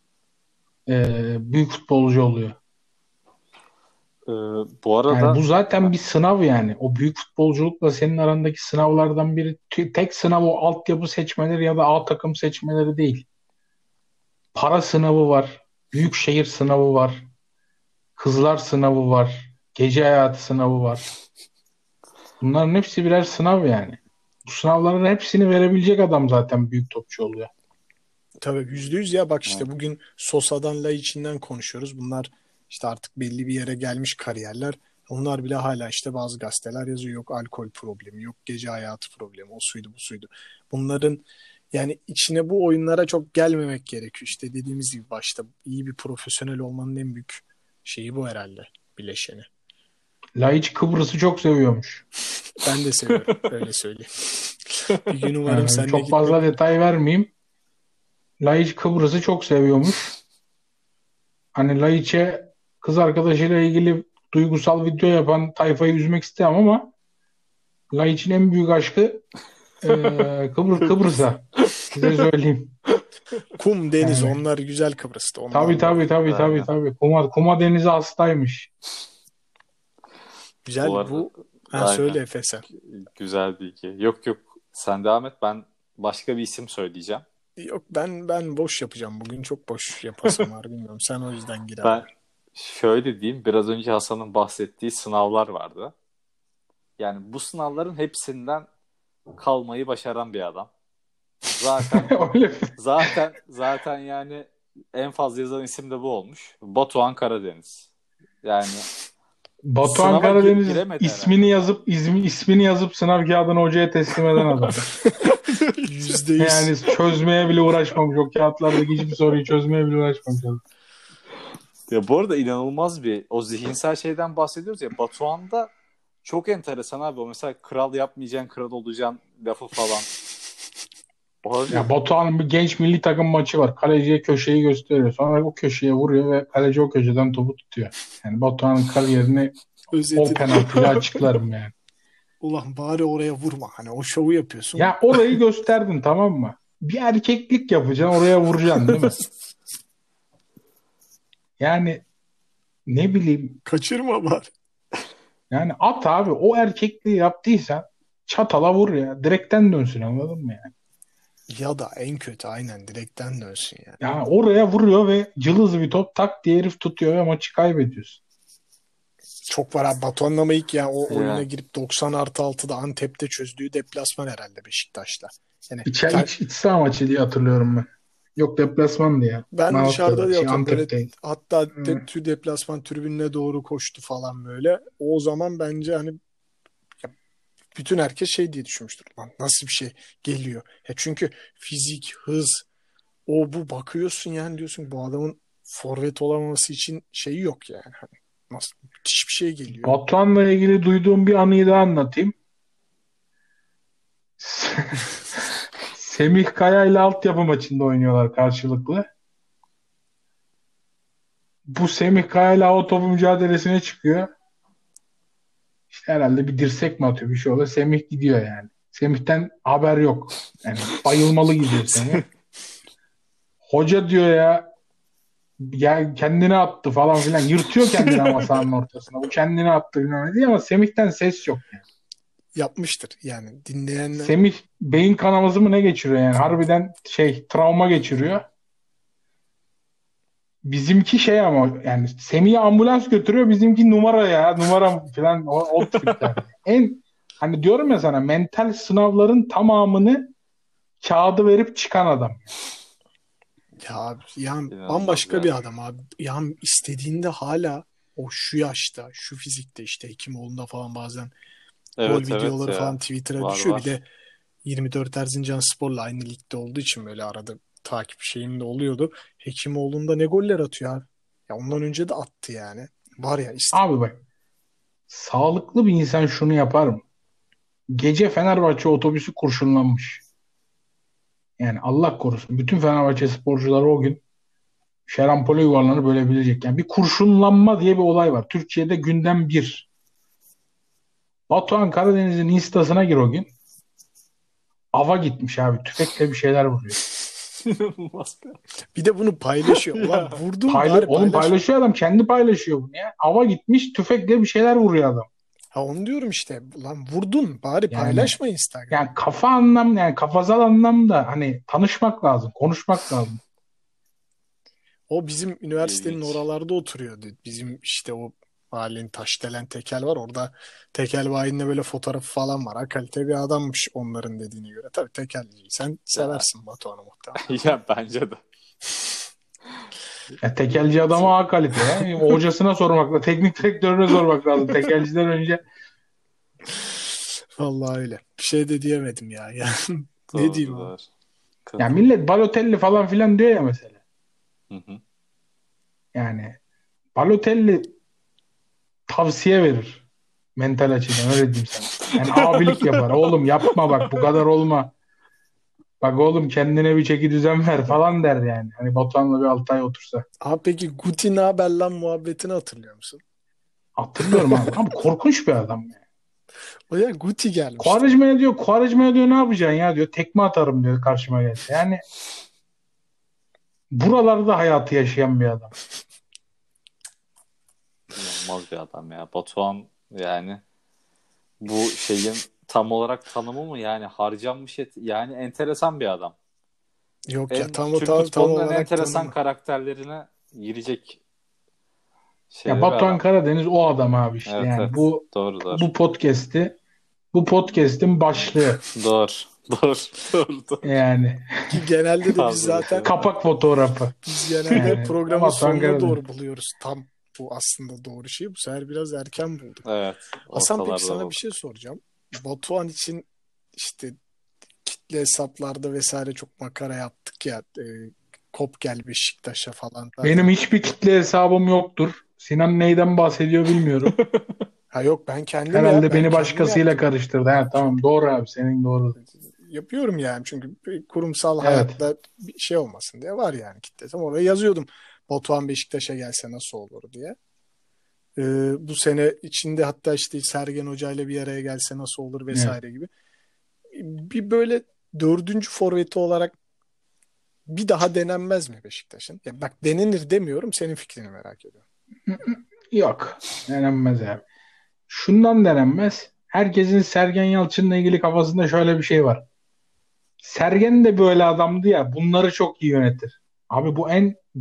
büyük futbolcu oluyor. Ee, Bu Yani arada bu zaten bir sınav yani. O büyük futbolculukla senin arandaki sınavlardan biri. Tek sınav o altyapı seçmeleri ya da A takım seçmeleri değil. Para sınavı var. Büyük şehir sınavı var. Kızlar sınavı var. Gece hayatı sınavı var. Bunların hepsi birer sınav yani. Bu sınavların hepsini verebilecek adam zaten büyük topçu oluyor. Tabii %100 ya bak evet. işte bugün Sosa'dan Laiç'inden konuşuyoruz. Bunlar işte artık belli bir yere gelmiş kariyerler. Onlar bile hala işte bazı gazeteler yazıyor. Yok alkol problemi, yok gece hayatı problemi, o suydu bu suydu. Bunların yani içine bu oyunlara çok gelmemek gerekiyor. İşte dediğimiz gibi başta iyi bir profesyonel olmanın en büyük şeyi bu herhalde. Bileşeni. Laiç Kıbrıs'ı çok seviyormuş. Ben de seviyorum öyle söyleyeyim. Bir gün umarım Yani seninle çok fazla gitmek. detay vermeyeyim. Laiç Kıbrıs'ı çok seviyormuş. Hani Laiç'e kız arkadaşıyla ilgili duygusal video yapan tayfayı üzmek istemem ama Laiç'in en büyük aşkı Kıbrıs'a. Size söyleyeyim. Kum, deniz Yani, onlar güzel Kıbrıs'ta. Ondan tabii. Aynen. Kuma denizi hastaymış. Bu güzel arada bu. Ha, aynen. söyle Efe sen. Güzel bilgi. Yok yok. Sen devam et. Ben başka bir isim söyleyeceğim. Yok ben boş yapacağım. Bugün çok boş yapasım var bilmiyorum. Sen o yüzden gir abi. Ben şöyle diyeyim. Biraz önce Hasan'ın bahsettiği sınavlar vardı. Yani bu sınavların hepsinden kalmayı başaran bir adam. Zaten Öyle. zaten yani en fazla yazan isim de bu olmuş. Batuhan Karadeniz. Yani Batuhan sınava Karadeniz giremedi herhalde. ismini yazıp sınav kağıdını hocaya teslim eden adam. %100. Yani çözmeye bile uğraşmamış. O kağıtlardaki hiçbir soruyu çözmeye bile uğraşmamış adam. Ya bu arada inanılmaz bir o zihinsel şeyden bahsediyoruz ya. Batuhan'da çok enteresan abi. O mesela kral yapmayacaksın, kral olacaksın lafı falan. Abi Ya Batuhan'ın bir genç milli takım maçı var. Kaleciye köşeyi gösteriyor. Sonra o köşeye vuruyor ve kaleci o köşeden topu tutuyor. Yani Batuhan'ın kariyerini o Özeti. penaltıyla açıklarım yani. Ulan bari oraya vurma. Hani o şovu yapıyorsun. Ya orayı gösterdin, tamam mı? Bir erkeklik yapacaksın, oraya vuracaksın değil mi? Yani ne bileyim, Kaçırma bari. yani at abi, o erkekliği yaptıysan çatala vur ya. Direkten dönsün, anladın mı yani? Ya da en kötü aynen direkten dönsün yani. Yani oraya vuruyor ve cılız bir top tak diye herif tutuyor ve maçı kaybediyorsun. Çok var abi. Batuhan'ın ama ilk ya o oyuna yani, girip 90+6'da Antep'te çözdüğü deplasman herhalde Beşiktaş'ta. Yani İç saha maçı diye hatırlıyorum ben. Yok, deplasman diye. ben dışarıda diye hatırlıyorum. Böyle Antep'teydi. hatta deplasman tribününe doğru koştu falan böyle. O zaman bence hani ya bütün herkes şey diye düşünmüştür. Lan nasıl bir şey geliyor? Ya çünkü fizik, hız, o bu bakıyorsun yani diyorsun bu adamın forvet olamaması için şeyi yok yani. Hani nasıl müthiş bir şey geliyor. Batuhan'la ilgili duyduğum bir anıyı da anlatayım. Semih Kaya ile altyapı maçında oynuyorlar karşılıklı. Bu Semih Kaya ile o topu mücadelesine çıkıyor. İşte herhalde bir dirsek mi atıyor, bir şey oluyor. Semih gidiyor yani. Semih'ten haber yok. Yani bayılmalı gidiyor Semih. Hoca diyor ya kendini attı falan filan. Yırtıyor kendini ama sahanın ortasına. Bu kendini attı falan diye ama Semih'ten ses yok yani. Yapmıştır yani dinleyenler. Semih beyin kanaması mı ne geçiriyor yani. Harbiden travma geçiriyor. Bizimki ama yani Semih'i ambulans götürüyor, bizimki numara falan o tipler. Hani diyorum ya sana, mental sınavların tamamını kağıdı verip çıkan adam. Ya abi, yani inanılmaz bambaşka ya. bir adam abi. Yani istediğinde hala o şu yaşta, şu fizikte işte Hekimoğlu'nda falan bazen gol Evet videoları ya. falan Twitter'a Var, düşüyor. var. Bir de 24 Erzincanspor'la aynı ligde olduğu için böyle arada takip şeyim de oluyordu. Hekimoğlu'nda ne goller atıyor abi. Ya ondan önce de attı yani. Var ya Abi bak, sağlıklı bir insan şunu yapar mı? Gece Fenerbahçe otobüsü kurşunlanmış. Yani Allah korusun. Bütün Fenerbahçe sporcuları o gün şarampole yuvarlanıp ölebilecek. Yani bir kurşunlanma diye bir olay var. Türkiye'de gündem bir. Batuhan Karadeniz'in instasına gir o gün. Ava gitmiş abi. Tüfekle bir şeyler vuruyor. İnanılmaz. Bir de bunu paylaşıyor. Ulan vurdum bari Oğlum paylaş. paylaşıyor adam. Kendi paylaşıyor bunu ya. Ava gitmiş tüfekle bir şeyler vuruyor adam. Ha onu diyorum işte. Ulan vurdun bari Yani- paylaşma Instagram. Yani kafa anlam yani kafasal anlamda hani tanışmak lazım. Konuşmak lazım. O bizim üniversitenin İlginç. oralarda oturuyordu. Bizim işte o mahallenin Taşdelen Tekel var. Orada Tekel bayinde böyle fotoğrafı falan var. Ha, kalite bir adammış onların dediğine göre. Tabii Tekelciyi sen seversin Batuhan'ı muhtemelen. Ya bence de. Tekelci adama A kalite ya. Hocasına sormak lazım. Teknik direktörüne sormak lazım. Tekelciden önce. Vallahi öyle. Bir şey de diyemedim ya. Yani ne Doğru, diyeyim doğru. Yani millet Balotelli falan filan diyor ya mesela. Hı hı. Yani Balotelli tavsiye verir. Mental açıdan öyle diyeyim sana. Yani abilik yapar. Oğlum yapma bak bu kadar olma. Bak oğlum kendine bir çeki düzen ver falan der yani. Hani Batuhan'la bir 6 ay otursa. Abi peki Guti ne haber lan muhabbetini hatırlıyor musun? Hatırlıyorum abi. Abi korkunç bir adam yani. O ya Guti gelmiş. Quaresma'ya diyor ne yapacaksın ya diyor. Tekme atarım diyor karşıma gelse. Yani buralarda hayatı yaşayan bir adam. İnanılmaz bir adam ya. Batuhan yani bu şeyin tam olarak tanımı mı yani harcanmış yani enteresan bir adam. Yok ya Türk tam futbolunun en olarak enteresan tanımı. karakterlerine girecek Ya şeyleri Batuhan adam. Karadeniz o adam abi işte. Evet, Yani evet. bu Doğru. podcast'in başlığı. Doğru. Yani Ki genelde de biz Fazla zaten detay. kapak fotoğrafı. biz genelde Yani, programın ama sonuna Ankara'da. doğru buluyoruz. Tam bu aslında doğru şey. Bu sefer biraz erken bulduk. Evet. Hasan peki ortalarda sana oldu. bir şey soracağım. Batuhan için işte kitle hesaplarda vesaire çok makara yaptık ya. Kop gel Beşiktaş'a falan. Benim hiçbir kitle hesabım yoktur. Sinan neyden bahsediyor bilmiyorum. Ha yok ben kendim Herhalde ben beni kendim başkasıyla yaptım. karıştırdı. Ha, tamam doğru abi senin doğru. Yapıyorum yani çünkü bir kurumsal Evet. hayatta bir şey olmasın diye var yani kitlesem. Oraya yazıyordum Batuhan Beşiktaş'a gelse nasıl olur diye. Bu sene içinde hatta işte Sergen Hoca ile bir araya gelse nasıl olur vesaire gibi. Bir böyle dördüncü forveti olarak bir daha denenmez mi Beşiktaş'ın? Ya bak denenir demiyorum senin fikrini merak ediyorum. Yok. Denenmez abi. Şundan denenmez. Herkesin Sergen Yalçın'la ilgili kafasında şöyle bir şey var. Sergen de böyle adamdı ya. Bunları çok iyi yönetir. Abi bu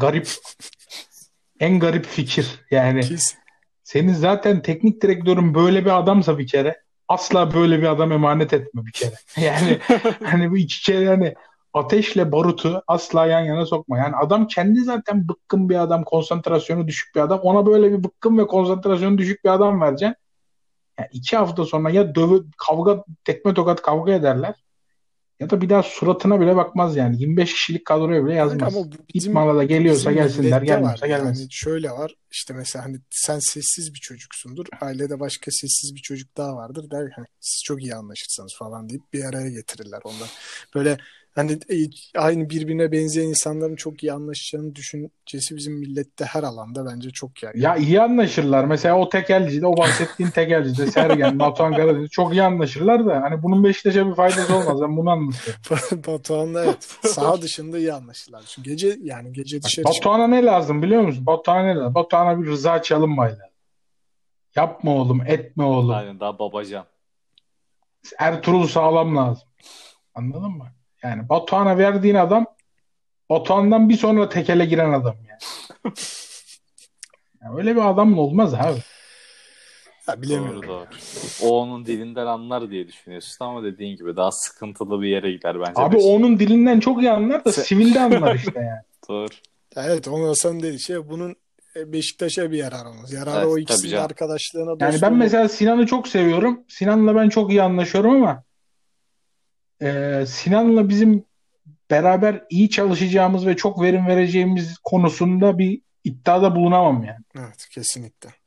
en garip fikir. Yani Kesin. senin zaten teknik direktörün böyle bir adamsa bir kere asla böyle bir adam emanet etme bir kere. Yani hani bu iki kere yani ateşle barutu asla yan yana sokma. Yani adam kendi zaten bıkkın bir adam, konsantrasyonu düşük bir adam. Ona böyle bir bıkkın ve konsantrasyonu düşük bir adam vereceksin. Yani 2 hafta sonra ya tekme tokat kavga ederler ya da bir daha suratına bile bakmaz yani. 25 kişilik kadroya bile Kanka yazmaz. ama bu İtman'a da geliyorsa bizim gelsinler, millette var gelmiyorsa yani. gelmesin. Şöyle var işte mesela hani sen sessiz bir çocuksundur. Ailede başka sessiz bir çocuk daha vardır. Der hani siz çok iyi anlaşırsınız falan deyip bir araya getirirler ondan. Böyle hani aynı birbirine benzeyen insanların çok iyi anlaşacağını düşüncesi bizim millette her alanda bence çok yaygın. Ya iyi anlaşırlar. Mesela o bahsettiğin tekelcide Sergen, Batuhan Karadeniz çok iyi anlaşırlar da hani bunun Beşiktaş'a bir faydası olmaz. Ben bunu anlatıyorum. Batuhan'la evet saha dışında iyi anlaşırlar. Çünkü gece dışarı çık. Batuhan'a ne lazım biliyor musun? Batuhan'a bir Rıza Çalınbay lazım. Yapma oğlum, etme oğlum. Aynen daha babacan. Ertuğrul Sağlam lazım. Anladın mı? Yani Batuhan'a verdiğin adam Batuhan'dan bir sonra tekele giren adam yani. Yani öyle bir adamla olmaz abi. Ya bilemiyorum. Doğru. O onun dilinden anlar diye düşünüyorsun ama dediğin gibi daha sıkıntılı bir yere gider bence. Abi onun dilinden çok iyi anlar da sivilde anlar işte yani. Doğru. Evet onu Hasan dedi şey bunun Beşiktaş'a bir yararı olmaz. Yararı Evet, o tabii ikisinin canım. arkadaşlığına Yani dostluğuna. ben mesela Sinan'ı çok seviyorum. Sinan'la ben çok iyi anlaşıyorum ama Sinan'la bizim beraber iyi çalışacağımız ve çok verim vereceğimiz konusunda bir iddiada bulunamam yani. Evet kesinlikle.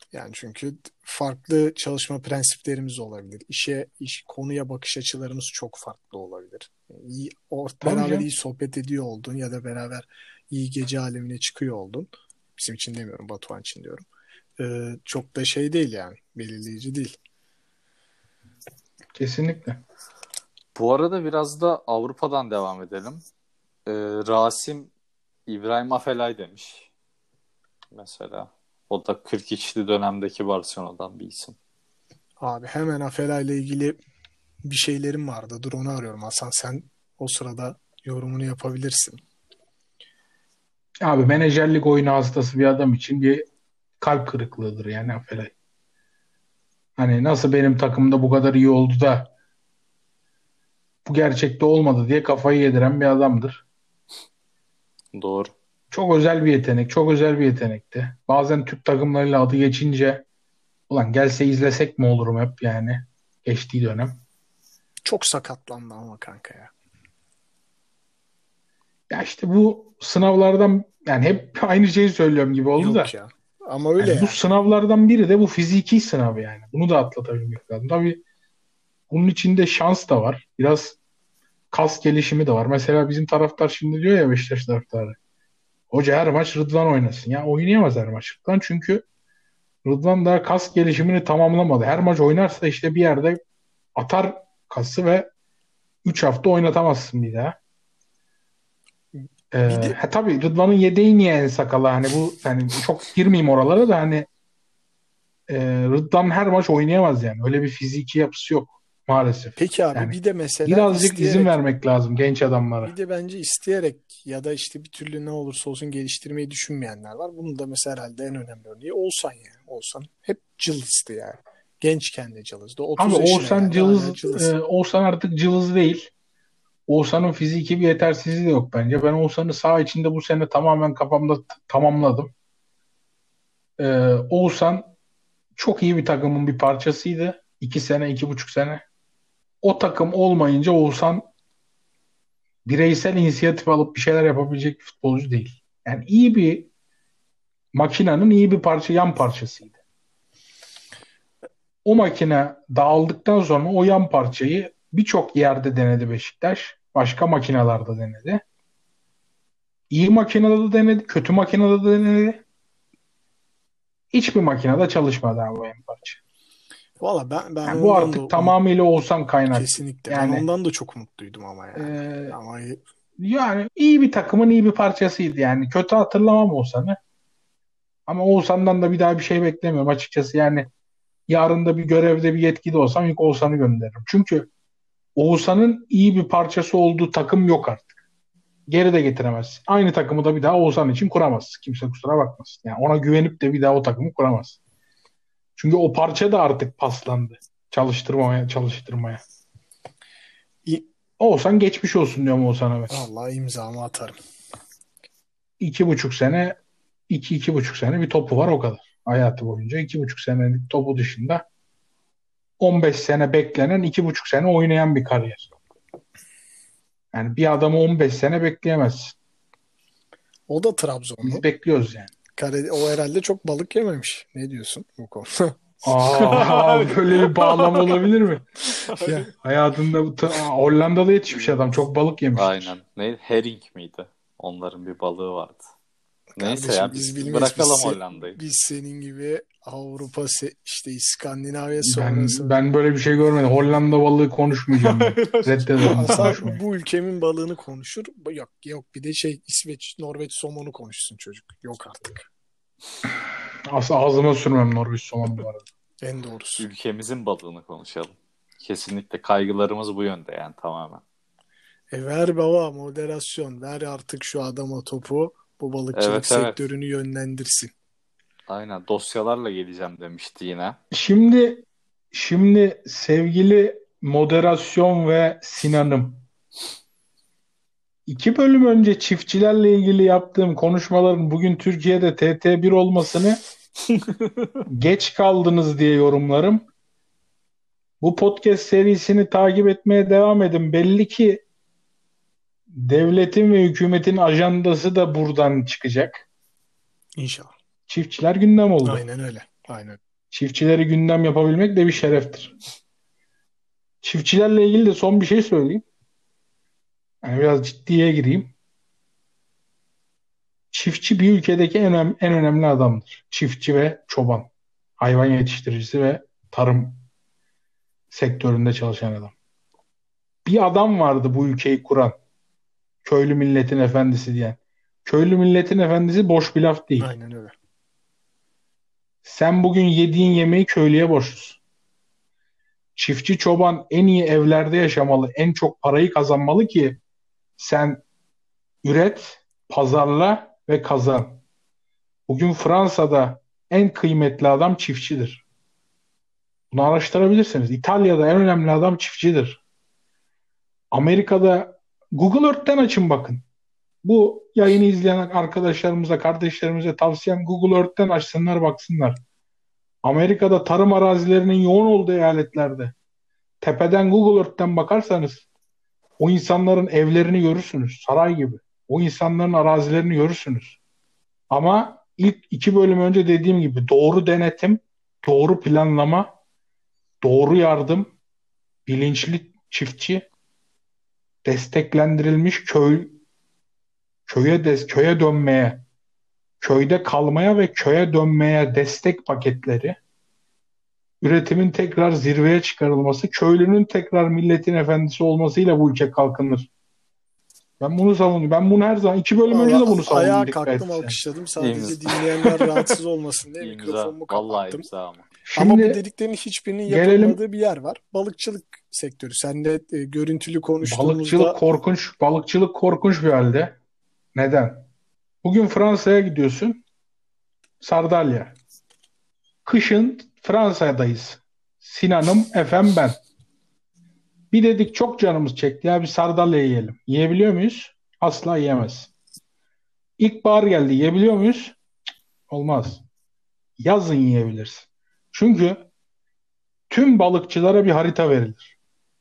Yani çünkü farklı çalışma prensiplerimiz olabilir. Konuya bakış açılarımız çok farklı olabilir. Tabii Beraber canım. iyi sohbet ediyor oldun ya da beraber iyi gece alemine çıkıyor oldun. Bizim için demiyorum, Batuhan için diyorum. Çok da şey değil yani. Belirleyici değil. Kesinlikle. Bu arada biraz da Avrupa'dan devam edelim. Rasim İbrahim Afelay demiş. Mesela. O da 42'li dönemdeki Barcelona'dan bir isim. Abi hemen Afela ile ilgili bir şeylerim vardı. Dur onu arıyorum. Hasan sen o sırada yorumunu yapabilirsin. Abi menajerlik oyunu hastası bir adam için bir kalp kırıklığıdır yani Afelay. Hani nasıl benim takımda bu kadar iyi oldu da bu gerçekte olmadı diye kafayı yediren bir adamdır. Doğru. Çok özel bir yetenek, çok özel bir yetenekti. Bazen Türk takımlarıyla adı geçince ulan gelse izlesek mi olurum hep yani geçtiği dönem. Çok sakatlandı ama kanka ya. Ya işte bu sınavlardan yani hep aynı şeyi söylüyorum gibi oldu Yok da. ya. Ama öyle Yani bu yani. sınavlardan biri de bu fiziki sınav yani. Bunu da atlatabilmek lazım. Tabii bunun içinde şans da var. Biraz kas gelişimi de var. Mesela bizim taraftar şimdi diyor ya Beşiktaş taraftarı. Hoca her maç Rıdvan oynasın. Ya oynayamaz her maç Rıdvan çünkü Rıdvan daha kas gelişimini tamamlamadı. Her maç oynarsa işte bir yerde atar kası ve 3 hafta oynatamazsın bir daha. Bir de Tabii Rıdvan'ın yedeği niye en sakala hani bu hani çok girmeyeyim oralara da hani Rıdvan her maç oynayamaz yani. Öyle bir fiziki yapısı yok maalesef. peki abi Yani bir de mesela birazcık izin isteyerek, vermek lazım genç bir adamlara. de bence isteyerek ya da işte bir türlü ne olursa olsun geliştirmeyi düşünmeyenler var. Bunun da mesela herhalde en önemli örneği Oğuzhan yani. Oğuzhan hep cılızdı yani. Gençken de cılızdı. Abi 30 yaşına Oğuzhan geldi hala cılız, cılız. Oğuzhan artık cılız değil. Oğuzhan'ın fiziki bir yetersizliği de yok bence. Ben Oğuzhan'ı saha içinde bu sene tamamen kafamda tamamladım. Oğuzhan çok iyi bir takımın bir parçasıydı. 2 sene, 2,5 sene. O takım olmayınca Oğuzhan bireysel inisiyatif alıp bir şeyler yapabilecek bir futbolcu değil. Yani iyi bir makinenin iyi bir parça, yan parçasıydı. O makine dağıldıktan sonra o yan parçayı birçok yerde denedi Beşiktaş. Başka makinalarda denedi. İyi makinede de denedi, kötü makinede de denedi. Hiçbir makinede çalışmadı abi o yan parça. Valla ben Yani bu ondan da artık tamamıyla Oğuzhan kaynaklı. kesinlikle. Ben Yani ondan da çok mutluydum ama yani. e, Ama yani iyi bir takımın iyi bir parçasıydı yani. Kötü hatırlamam Oğuzhan'ı. Ama Oğuzhan'dan da bir daha bir şey beklemiyorum açıkçası. Yani yarın da bir görevde bir yetkili olsam ilk Oğuzhan'ı gönderirim. Çünkü Oğuzhan'ın iyi bir parçası olduğu takım yok artık. Geri de getiremezsin. Aynı takımı da bir daha Oğuzhan için kuramazsın. Kimse kusura bakmasın. Yani ona güvenip de bir daha o takımı kuramazsın. Çünkü o parça da artık paslandı. Çalıştırmaya. i- Oğuzhan geçmiş olsun diyorum Oğuzhan'a ben. vallahi imzamı atarım. 2,5 sene, 2,5 sene bir topu var o kadar. Hayatı boyunca 2,5 senelik topu dışında 15 sene beklenen 2,5 sene oynayan bir kariyer. Yani bir adamı 15 sene bekleyemezsin. O da Trabzonlu. Biz bekliyoruz yani. O herhalde çok balık yememiş. Ne diyorsun bu konuda? Böyle bir bağlama olabilir mi? Ya, Hayatında Hollanda'da yetişmiş adam. Çok balık yemiştir. Aynen. Ne? Herring miydi? Onların bir balığı vardı. Neyse kardeşim ya biz biz bilmeyiz. bırakalım Hollanda'yı. Biz senin gibi Avrupa işte İskandinavya Ben sonrası. ben böyle bir şey görmedim. Hollanda balığı konuşmayacağım ben. Reddederim bu Hasan konuşmayı. bu ülkemin balığını konuşur. Yok yok bir de İsveç, Norveç somonu konuşsun çocuk. Yok artık. Ağzıma sürmem Norveç somonu bu arada. En doğrusu. Ülkemizin balığını konuşalım. Kesinlikle kaygılarımız bu yönde yani tamamen. Ver baba moderasyon. Ver artık şu adama topu. Bu balıkçılık Evet. sektörünü yönlendirsin. Aynen dosyalarla geleceğim demişti yine. Şimdi sevgili moderasyon ve Sinan'ım. 2 bölüm önce çiftçilerle ilgili yaptığım konuşmaların bugün Türkiye'de TT1 olmasını geç kaldınız diye yorumlarım. Bu podcast serisini takip etmeye devam edin. Belli ki devletin ve hükümetin ajandası da buradan çıkacak. İnşallah. Çiftçiler gündem oldu. Aynen öyle. Aynen. Çiftçileri gündem yapabilmek de bir şereftir. Çiftçilerle ilgili de son bir şey söyleyeyim. Yani biraz ciddiye gireyim. Çiftçi bir ülkedeki en önemli adamdır. Çiftçi ve çoban. Hayvan yetiştiricisi ve tarım sektöründe çalışan adam. Bir adam vardı bu ülkeyi kuran. Köylü milletin efendisi diyen. Köylü milletin efendisi boş bir laf değil. Aynen öyle. Sen bugün yediğin yemeği köylüye borçlusun. Çiftçi çoban en iyi evlerde yaşamalı, en çok parayı kazanmalı ki sen üret, pazarla ve kazan. Bugün Fransa'da en kıymetli adam çiftçidir. Bunu araştırabilirsiniz. İtalya'da en önemli adam çiftçidir. Amerika'da Google Earth'ten açın bakın. Bu yayını izleyen arkadaşlarımıza, kardeşlerimize tavsiyem Google Earth'ten açsınlar baksınlar. Amerika'da tarım arazilerinin yoğun olduğu eyaletlerde tepeden Google Earth'ten bakarsanız o insanların evlerini görürsünüz. Saray gibi. O insanların arazilerini görürsünüz. Ama ilk 2 bölüm önce dediğim gibi doğru denetim, doğru planlama, doğru yardım, bilinçli çiftçi, desteklendirilmiş köye dönmeye, köyde kalmaya ve köye dönmeye destek paketleri, üretimin tekrar zirveye çıkarılması, köylünün tekrar milletin efendisi olmasıyla bu ülke kalkınır. Ben bunu savunuyorum. Ben bunu her zaman 2 bölüm önce de bunu Vallahi ayağa savundum. kalktım, alkışladım. Sadece dinleyenler rahatsız olmasın diye İmza. mikrofonumu Vallahi kapattım. imza ama. Ama bu Şimdi dediklerinin hiçbirinin gelelim- yapılmadığı bir yer var. Balıkçılık sektörü. Seninle görüntülü konuştuğumuzda balıkçılık korkunç bir halde. Neden? Bugün Fransa'ya gidiyorsun. Sardalya. Kışın Fransa'dayız. Sinan'ım, Efem ben. Bir dedik çok canımız çekti ya bir sardalya yiyelim. Yiyebiliyor muyuz? Asla yiyemez. İlkbahar geldi. Yiyebiliyor muyuz? Cık, olmaz. Yazın yiyebilirsin. Çünkü tüm balıkçılara bir harita verilir.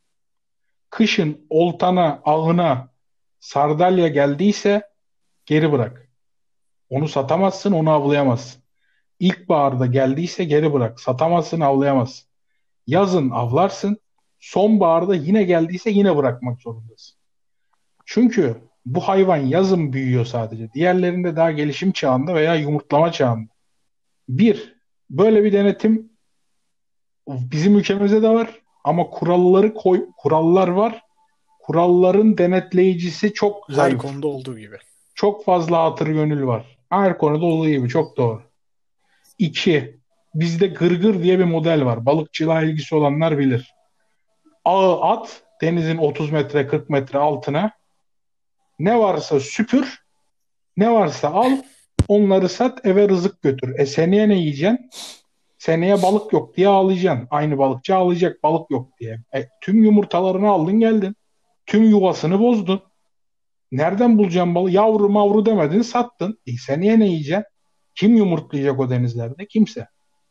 Kışın oltana, ağına sardalya geldiyse geri bırak. Onu satamazsın, onu avlayamazsın. İlkbaharda geldiyse geri bırak. Satamazsın, avlayamazsın. Yazın avlarsın. Sonbaharda yine geldiyse yine bırakmak zorundasın. Çünkü bu hayvan yazın büyüyor sadece. Diğerlerinde daha gelişim çağında veya yumurtlama çağında. Böyle bir denetim bizim ülkemizde de var ama kurallar var. Kuralların denetleyicisi çok her zayıf. konuda olduğu gibi. Çok fazla hatır gönül var. Her konuda olduğu gibi çok doğru. 2. Bizde gırgır diye bir model var. Balıkçılığa ilgisi olanlar bilir. Ağı at denizin 30 metre 40 metre altına. Ne varsa süpür. Ne varsa al. Onları sat eve rızık götür. Seneye ne yiyeceksin? Seneye balık yok diye ağlayacaksın. Aynı balıkçı ağlayacak balık yok diye. Tüm yumurtalarını aldın geldin. Tüm yuvasını bozdun. Nereden bulacaksın balık? Yavru mavru demedin sattın. Seneye ne yiyeceksin? Kim yumurtlayacak o denizlerde? Kimse.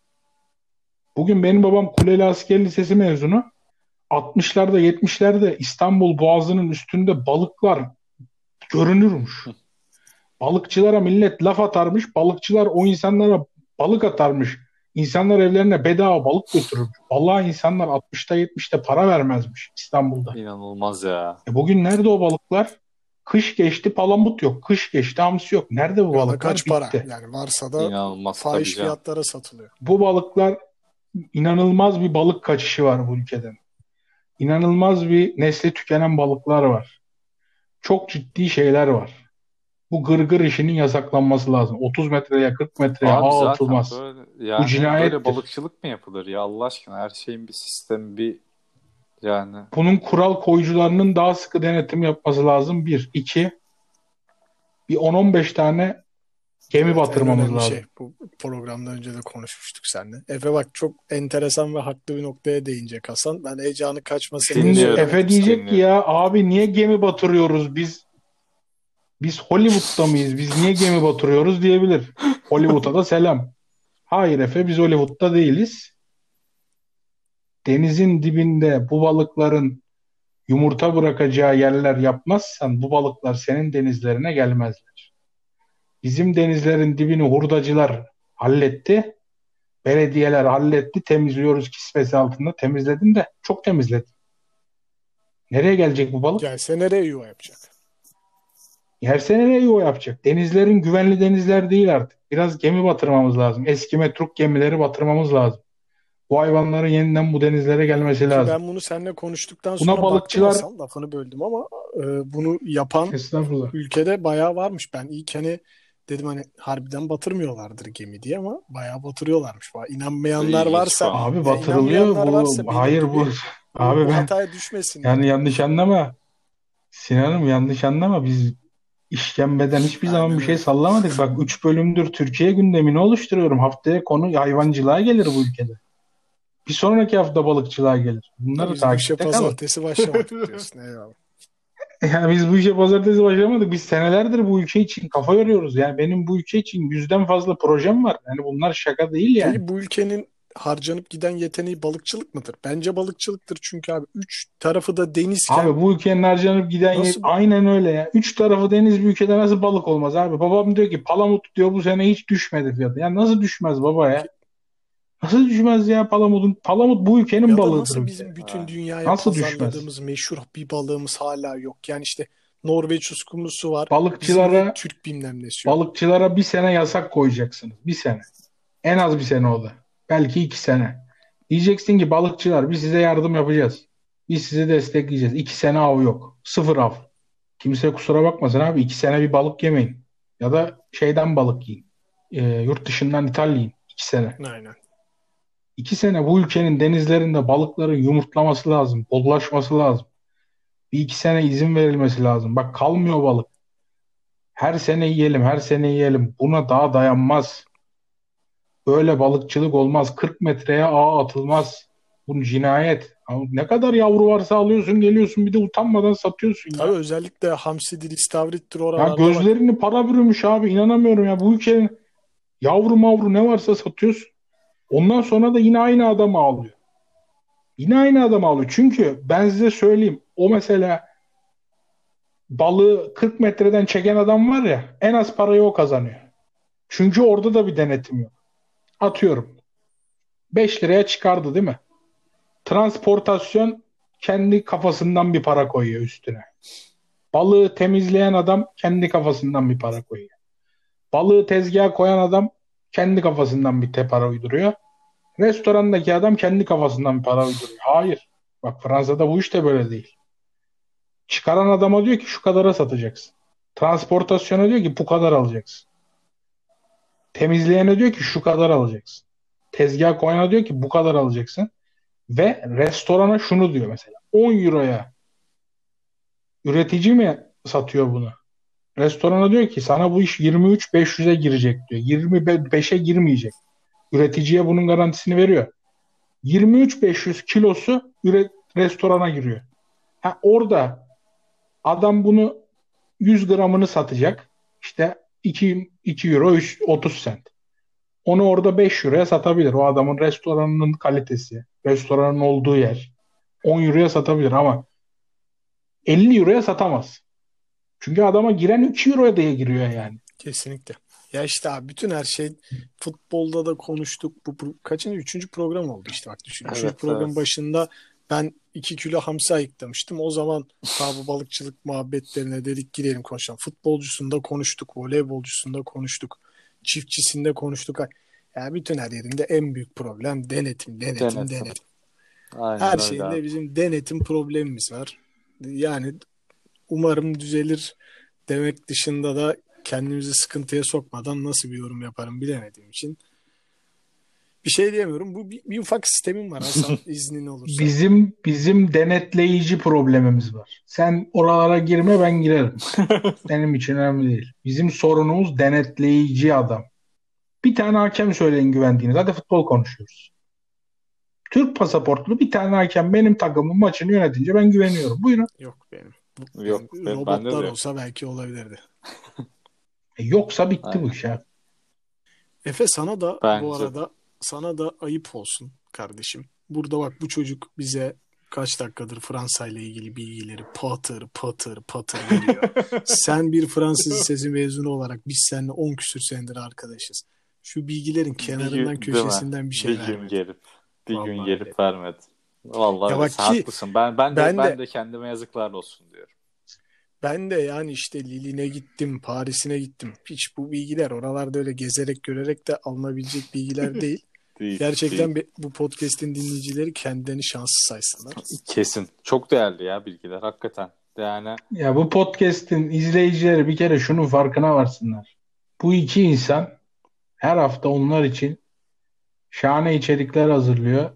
Bugün benim babam Kuleli Asker Lisesi mezunu. 60'larda 70'lerde İstanbul Boğazı'nın üstünde balıklar görünürmüş. Balıkçılara millet laf atarmış. Balıkçılar o insanlara balık atarmış. İnsanlar evlerine bedava balık götürürmüş. Vallahi insanlar 60'ta 70'te para vermezmiş İstanbul'da. İnanılmaz ya. Bugün nerede o balıklar? Kış geçti palamut yok. Kış geçti hamsi yok. Nerede bu Ya da balıklar? kaç para? Bitti. Yani varsa da İnanılmaz tabii fahiş canım. fiyatlara satılıyor. Bu balıklar inanılmaz bir balık kaçışı var bu ülkeden. İnanılmaz bir nesli tükenen balıklar var. Çok ciddi şeyler var. Bu gırgır işinin yasaklanması lazım. 30 metreye 40 metreye Abi ağ zaten atılmaz. böyle yani cinayettir. böyle balıkçılık mı yapılır ya Allah aşkına? Her şeyin bir sistemi bir yani Bunun kural koyucularının daha sıkı denetim yapması lazım. 1. 2. Bir 10-15 tane gemi En batırmamız önemli lazım. şey. Bu programdan önce de konuşmuştuk seninle. Efe bak çok enteresan ve haklı bir noktaya değinecek Hasan. Ben heyecanı kaçmasın diye Şimdi Dinliyorum. Efe diyecek ki Dinliyorum. ya abi niye gemi batırıyoruz biz Hollywood'da mıyız? Biz niye gemi batırıyoruz diyebilir. Hollywood'a da selam. Hayır Efe biz Hollywood'da değiliz. Denizin dibinde bu balıkların yumurta bırakacağı yerler yapmazsan bu balıklar senin denizlerine gelmezler. Bizim denizlerin dibini hurdacılar halletti. Belediyeler halletti, temizliyoruz kisvesi altında. Temizledim de çok temizledim. Nereye gelecek bu balık? Gelse nereye yuva yapacak? Yerse nereye yuva yapacak? Denizlerin güvenli denizler değil artık. Biraz gemi batırmamız lazım. Eski metruk gemileri batırmamız lazım. Bu hayvanların yeniden bu denizlere gelmesi Ki lazım. ben bunu seninle konuştuktan Buna sonra baktım balıkçılar... Hasan, lafını böldüm ama bunu yapan Estağfurullah. ülkede bayağı varmış. Ben ilk hani dedim hani harbiden batırmıyorlardır gemi diye ama bayağı batırıyorlarmış. İnanmayanlar İlginç varsa konu. Abi batırılıyor inanmayanlar bu. varsa benim Hayır gibi bu. Abi bu ben hataya düşmesinler. yani yanlış anlama. Sinan'ım yanlış anlama. Biz işkembeden hiçbir zaman Aynen bir şey öyle. sallamadık. Bak 3 bölümdür Türkiye gündemini oluşturuyorum. Haftaya konu hayvancılığa gelir bu ülkede. Bir sonraki hafta balıkçılığa gelir. Bunları Biz bu işe takipte kalın. pazartesi başlamadık diyorsun. Eyvallah. Yani biz bu işe pazartesi başlamadık. Biz senelerdir bu ülke için kafa yoruyoruz. Yani benim bu ülke için 100'den fazla projem var. Yani bunlar şaka değil yani. Peki bu ülkenin harcanıp giden yeteneği balıkçılık mıdır? Bence balıkçılıktır çünkü abi 3 tarafı da denizken Abi bu ülkenin harcanıp giden nasıl aynen öyle ya. 3 tarafı deniz bir ülkede nasıl balık olmaz abi? Babam diyor ki palamut diyor bu sene hiç düşmedi fiyatı. Ya nasıl düşmez baba ya? Nasıl düşmez ya palamutun? Palamut bu ülkenin ya da balığıdır nasıl bir kere. bizim bütün dünyaya Nasıl düşmez? pazarladığımız meşhur bir balığımız hala yok. Yani işte Norveç uskumrusu var. Bizim de Balıkçılara Türk bilmem nesi yok. balıkçılara bir sene yasak koyacaksınız. Bir sene. En az bir sene o da. Belki 2 sene. Diyeceksin ki balıkçılar biz size yardım yapacağız. Biz sizi destekleyeceğiz. 2 sene av yok. Sıfır av. Kimse kusura bakmasın abi. 2 sene bir balık yemeyin. Ya da şeyden balık yiyin. Yurt dışından ithal yiyin. 2 sene. Aynen. 2 sene bu ülkenin denizlerinde balıkların yumurtlaması lazım. Bollaşması lazım. Bir 2 sene izin verilmesi lazım. Bak kalmıyor balık. Her sene yiyelim, her sene yiyelim. Buna daha dayanmaz. Böyle balıkçılık olmaz. 40 metreye ağ atılmaz. Bu cinayet. Abi ne kadar yavru varsa alıyorsun geliyorsun bir de utanmadan satıyorsun Tabii ya. özellikle hamsidir, istavrittir Ya oralarda bak. gözlerini para bürümüş abi inanamıyorum ya. Bu ülkenin yavru mavru ne varsa satıyorsun. Ondan sonra da yine aynı adam ağlıyor. Yine aynı adam ağlıyor. Çünkü ben size söyleyeyim. O mesela balığı 40 metreden çeken adam var ya en az parayı o kazanıyor. Çünkü orada da bir denetim yok. Atıyorum. 5 liraya çıkardı değil mi? Transportasyon kendi kafasından bir para koyuyor üstüne. Balığı temizleyen adam kendi kafasından bir para koyuyor. Balığı tezgaha koyan adam kendi kafasından bir para uyduruyor. Restorandaki adam kendi kafasından bir para uyduruyor. Hayır. Bak Fransa'da bu iş de böyle değil. Çıkaran adama diyor ki şu kadara satacaksın. Transportasyona diyor ki bu kadar alacaksın. Temizleyene diyor ki şu kadar alacaksın. Tezgaha koyana diyor ki bu kadar alacaksın. Ve restorana şunu diyor mesela. 10 euroya üretici mi satıyor bunu? Restorana diyor ki sana bu iş 23.500'e girecek diyor. 25'e girmeyecek. Üreticiye bunun garantisini veriyor. 23.500 kilosu restorana giriyor. Ha, orada adam bunu 100 gramını satacak. İşte 2 euro 30 sent. Onu orada 5 euroya satabilir. O adamın restoranının kalitesi, restoranın olduğu yer. 10 euroya satabilir ama 50 euroya satamaz. Çünkü adama giren 3 euroya diye giriyor yani. Kesinlikle. Ya işte abi bütün her şey futbolda da konuştuk. Bu kaçıncı? Üçüncü program oldu işte bak düşün. Üçüncü Evet, program evet. başında ben 2 kilo hamsi ayıklamıştım. O zaman bu balıkçılık muhabbetlerine dedik girelim konuşalım. Futbolcusunda konuştuk. Voleybolcusunda konuştuk. Çiftçisinde konuştuk. Yani bütün her yerinde en büyük problem denetim. Denetim. Aynen Her öyle şeyinde abi. bizim denetim problemimiz var. Yani umarım düzelir demek dışında da kendimizi sıkıntıya sokmadan nasıl bir yorum yaparım bilemediğim için bir şey diyemiyorum. Bu bir ufak sistemim var Hasan iznin olursa. Bizim denetleyici problemimiz var. Sen oralara girme ben girerim. Benim için önemli değil. Bizim sorunumuz denetleyici adam. Bir tane hakem söyleyin güvendiğiniz. Hadi futbol konuşuyoruz. Türk pasaportlu bir tane hakem benim takımın maçını yönetince ben güveniyorum. Buyurun. Yok benim. Yok, bende de Robotlar yok. olsa belki olabilirdi. Yoksa bitti Aynen. bu iş ya. Efe sana da Bence bu de. arada sana da ayıp olsun kardeşim. Burada bak bu çocuk bize kaç dakikadır Fransa ile ilgili bilgileri patır patır patır veriyor. Sen bir Fransız lisesi mezunu olarak biz seninle 10 küsür senedir arkadaşız. Şu bilgilerin kenarından köşesinden bir şey bir gün vermedi. gelip Vallahi gelip vermedi. Vallahi Ya öyle. bak ki Haklısın. Ben de kendime yazıklar olsun diyorum. ben de yani işte Lille'ine gittim, Paris'ine gittim. Hiç bu bilgiler oralarda öyle gezerek görerek de alınabilecek bilgiler değil. Değil, Gerçekten değil. bu podcast'in dinleyicileri kendilerini şanslı saysınlar. Kesin. Çok değerli ya bilgiler hakikaten. Yani Ya bu podcast'in izleyicileri bir kere şunun farkına varsınlar. Bu iki insan her hafta onlar için şahane içerikler hazırlıyor.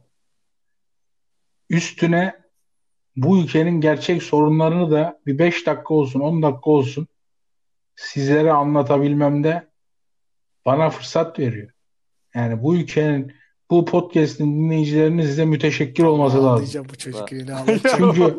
Üstüne bu ülkenin gerçek sorunlarını da bir 5 dakika olsun, 10 dakika olsun sizlere anlatabilmemde bana fırsat veriyor. Yani bu ülkenin, bu podcast'in dinleyicilerinin size müteşekkir olması lazım. Ağlayacağım bu çocuk yine ağlayacağım.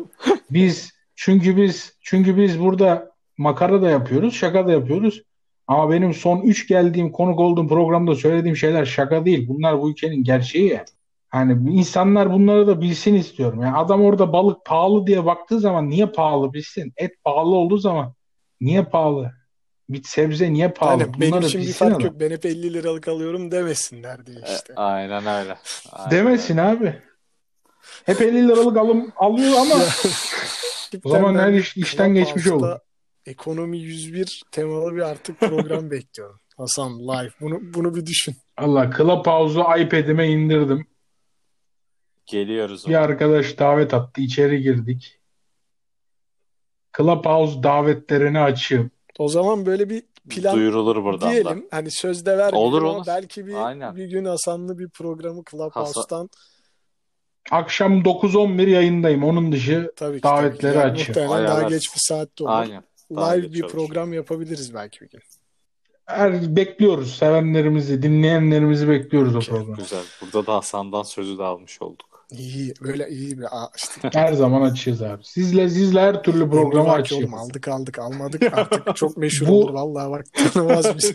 Çünkü biz burada makara da yapıyoruz, şaka da yapıyoruz. Ama benim son 3 geldiğim, konuk olduğum programda söylediğim şeyler şaka değil. Bunlar bu ülkenin gerçeği ya. Hani insanlar bunları da bilsin istiyorum. Yani adam orada balık pahalı diye baktığı zaman niye pahalı bilsin. Et pahalı olduğu zaman niye pahalı? Bir sebze niye pahalı? Yani benim Bunları için bir bilsin fark adam. yok. Ben hep 50 liralık alıyorum demesinler diye işte. aynen öyle. Aynen Demesin öyle. abi. Hep 50 liralık alıyor ama o zaman her işten geçmiş olur. Clubhouse'da Ekonomi 101 temalı bir artık program bekliyorum. Hasan live. Bunu bir düşün. Allah, Clubhouse'u iPad'ime indirdim. Geliyoruz Bir ona. arkadaş davet attı. İçeri girdik. Clubhouse davetlerini açayım. O zaman böyle bir plan Duyurulur buradan diyelim. da. Hani sözde vermeyelim Olur, ama olur. belki Aynen. bir gün Hasan'lı bir programı Clubhouse'tan Akşam 9-11 yayındayım. Onun dışı tabii ki davetleri yani açıyorum. muhtemelen daha Ayarlarsın. geç bir saatte olur. Aynen. Daha Live geç bir olur. program yapabiliriz belki bir gün. Bekliyoruz sevenlerimizi, dinleyenlerimizi bekliyoruz o Okey. programa. Güzel. Burada da Hasan'dan sözü de almış olduk. İyi böyle iyi bir işte. Her zaman açığız abi. Sizle her türlü programı Emrivaki oğlum açığız. aldık almadık artık çok meşhur Bu- olur vallahi bak tanımaz bizi.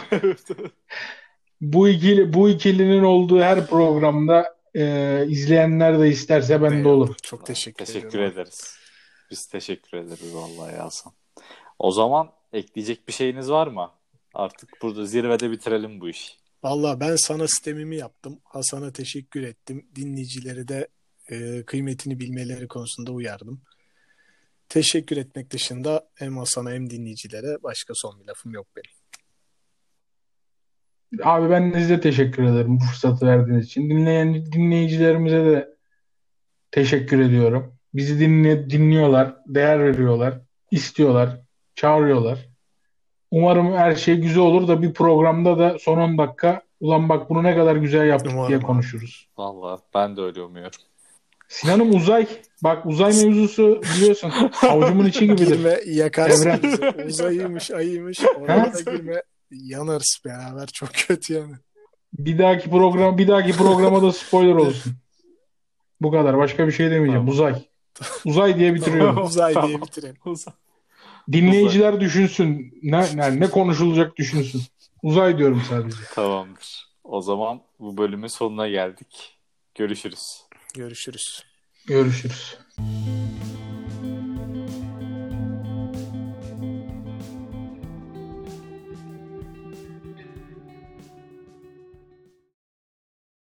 Bu ikilinin olduğu her programda izleyenler de isterse ben de olur. Çok teşekkür Teşekkür ederim. ederiz. Biz teşekkür ederiz vallahi Hasan. O zaman ekleyecek bir şeyiniz var mı? Artık burada zirvede bitirelim bu işi. Vallahi ben sana sistemimi yaptım. Hasan'a teşekkür ettim. Dinleyicileri de kıymetini bilmeleri konusunda uyardım. Teşekkür etmek dışında hem Hasan'a hem dinleyicilere başka son bir lafım yok benim. Abi ben de size teşekkür ederim bu fırsatı verdiğiniz için. Dinleyicilerimize de teşekkür ediyorum. Bizi dinliyorlar, değer veriyorlar, istiyorlar, çağırıyorlar. Umarım her şey güzel olur da bir programda da son 10 dakika ulan bak bunu ne kadar güzel yaptık Umarım diye abi. konuşuruz. Vallahi ben de öyle umuyorum. Sinan'ım uzay. Bak uzay mevzusu biliyorsun avucumun içi gibidir. Girme yakarsın Evren. bizi. Uzayıymış, ayıymış. Oraya da girme. Yanarız beraber. Çok kötü yani. Bir dahaki programa da spoiler olsun. Bu kadar. Başka bir şey demeyeceğim. Tamam. Uzay. Uzay diye bitiriyorum. Uzay diye Tamam. bitirelim. Dinleyiciler düşünsün. Ne konuşulacak düşünsün. Uzay diyorum sadece. Tamamdır. O zaman bu bölümün sonuna geldik. Görüşürüz. Görüşürüz. Görüşürüz.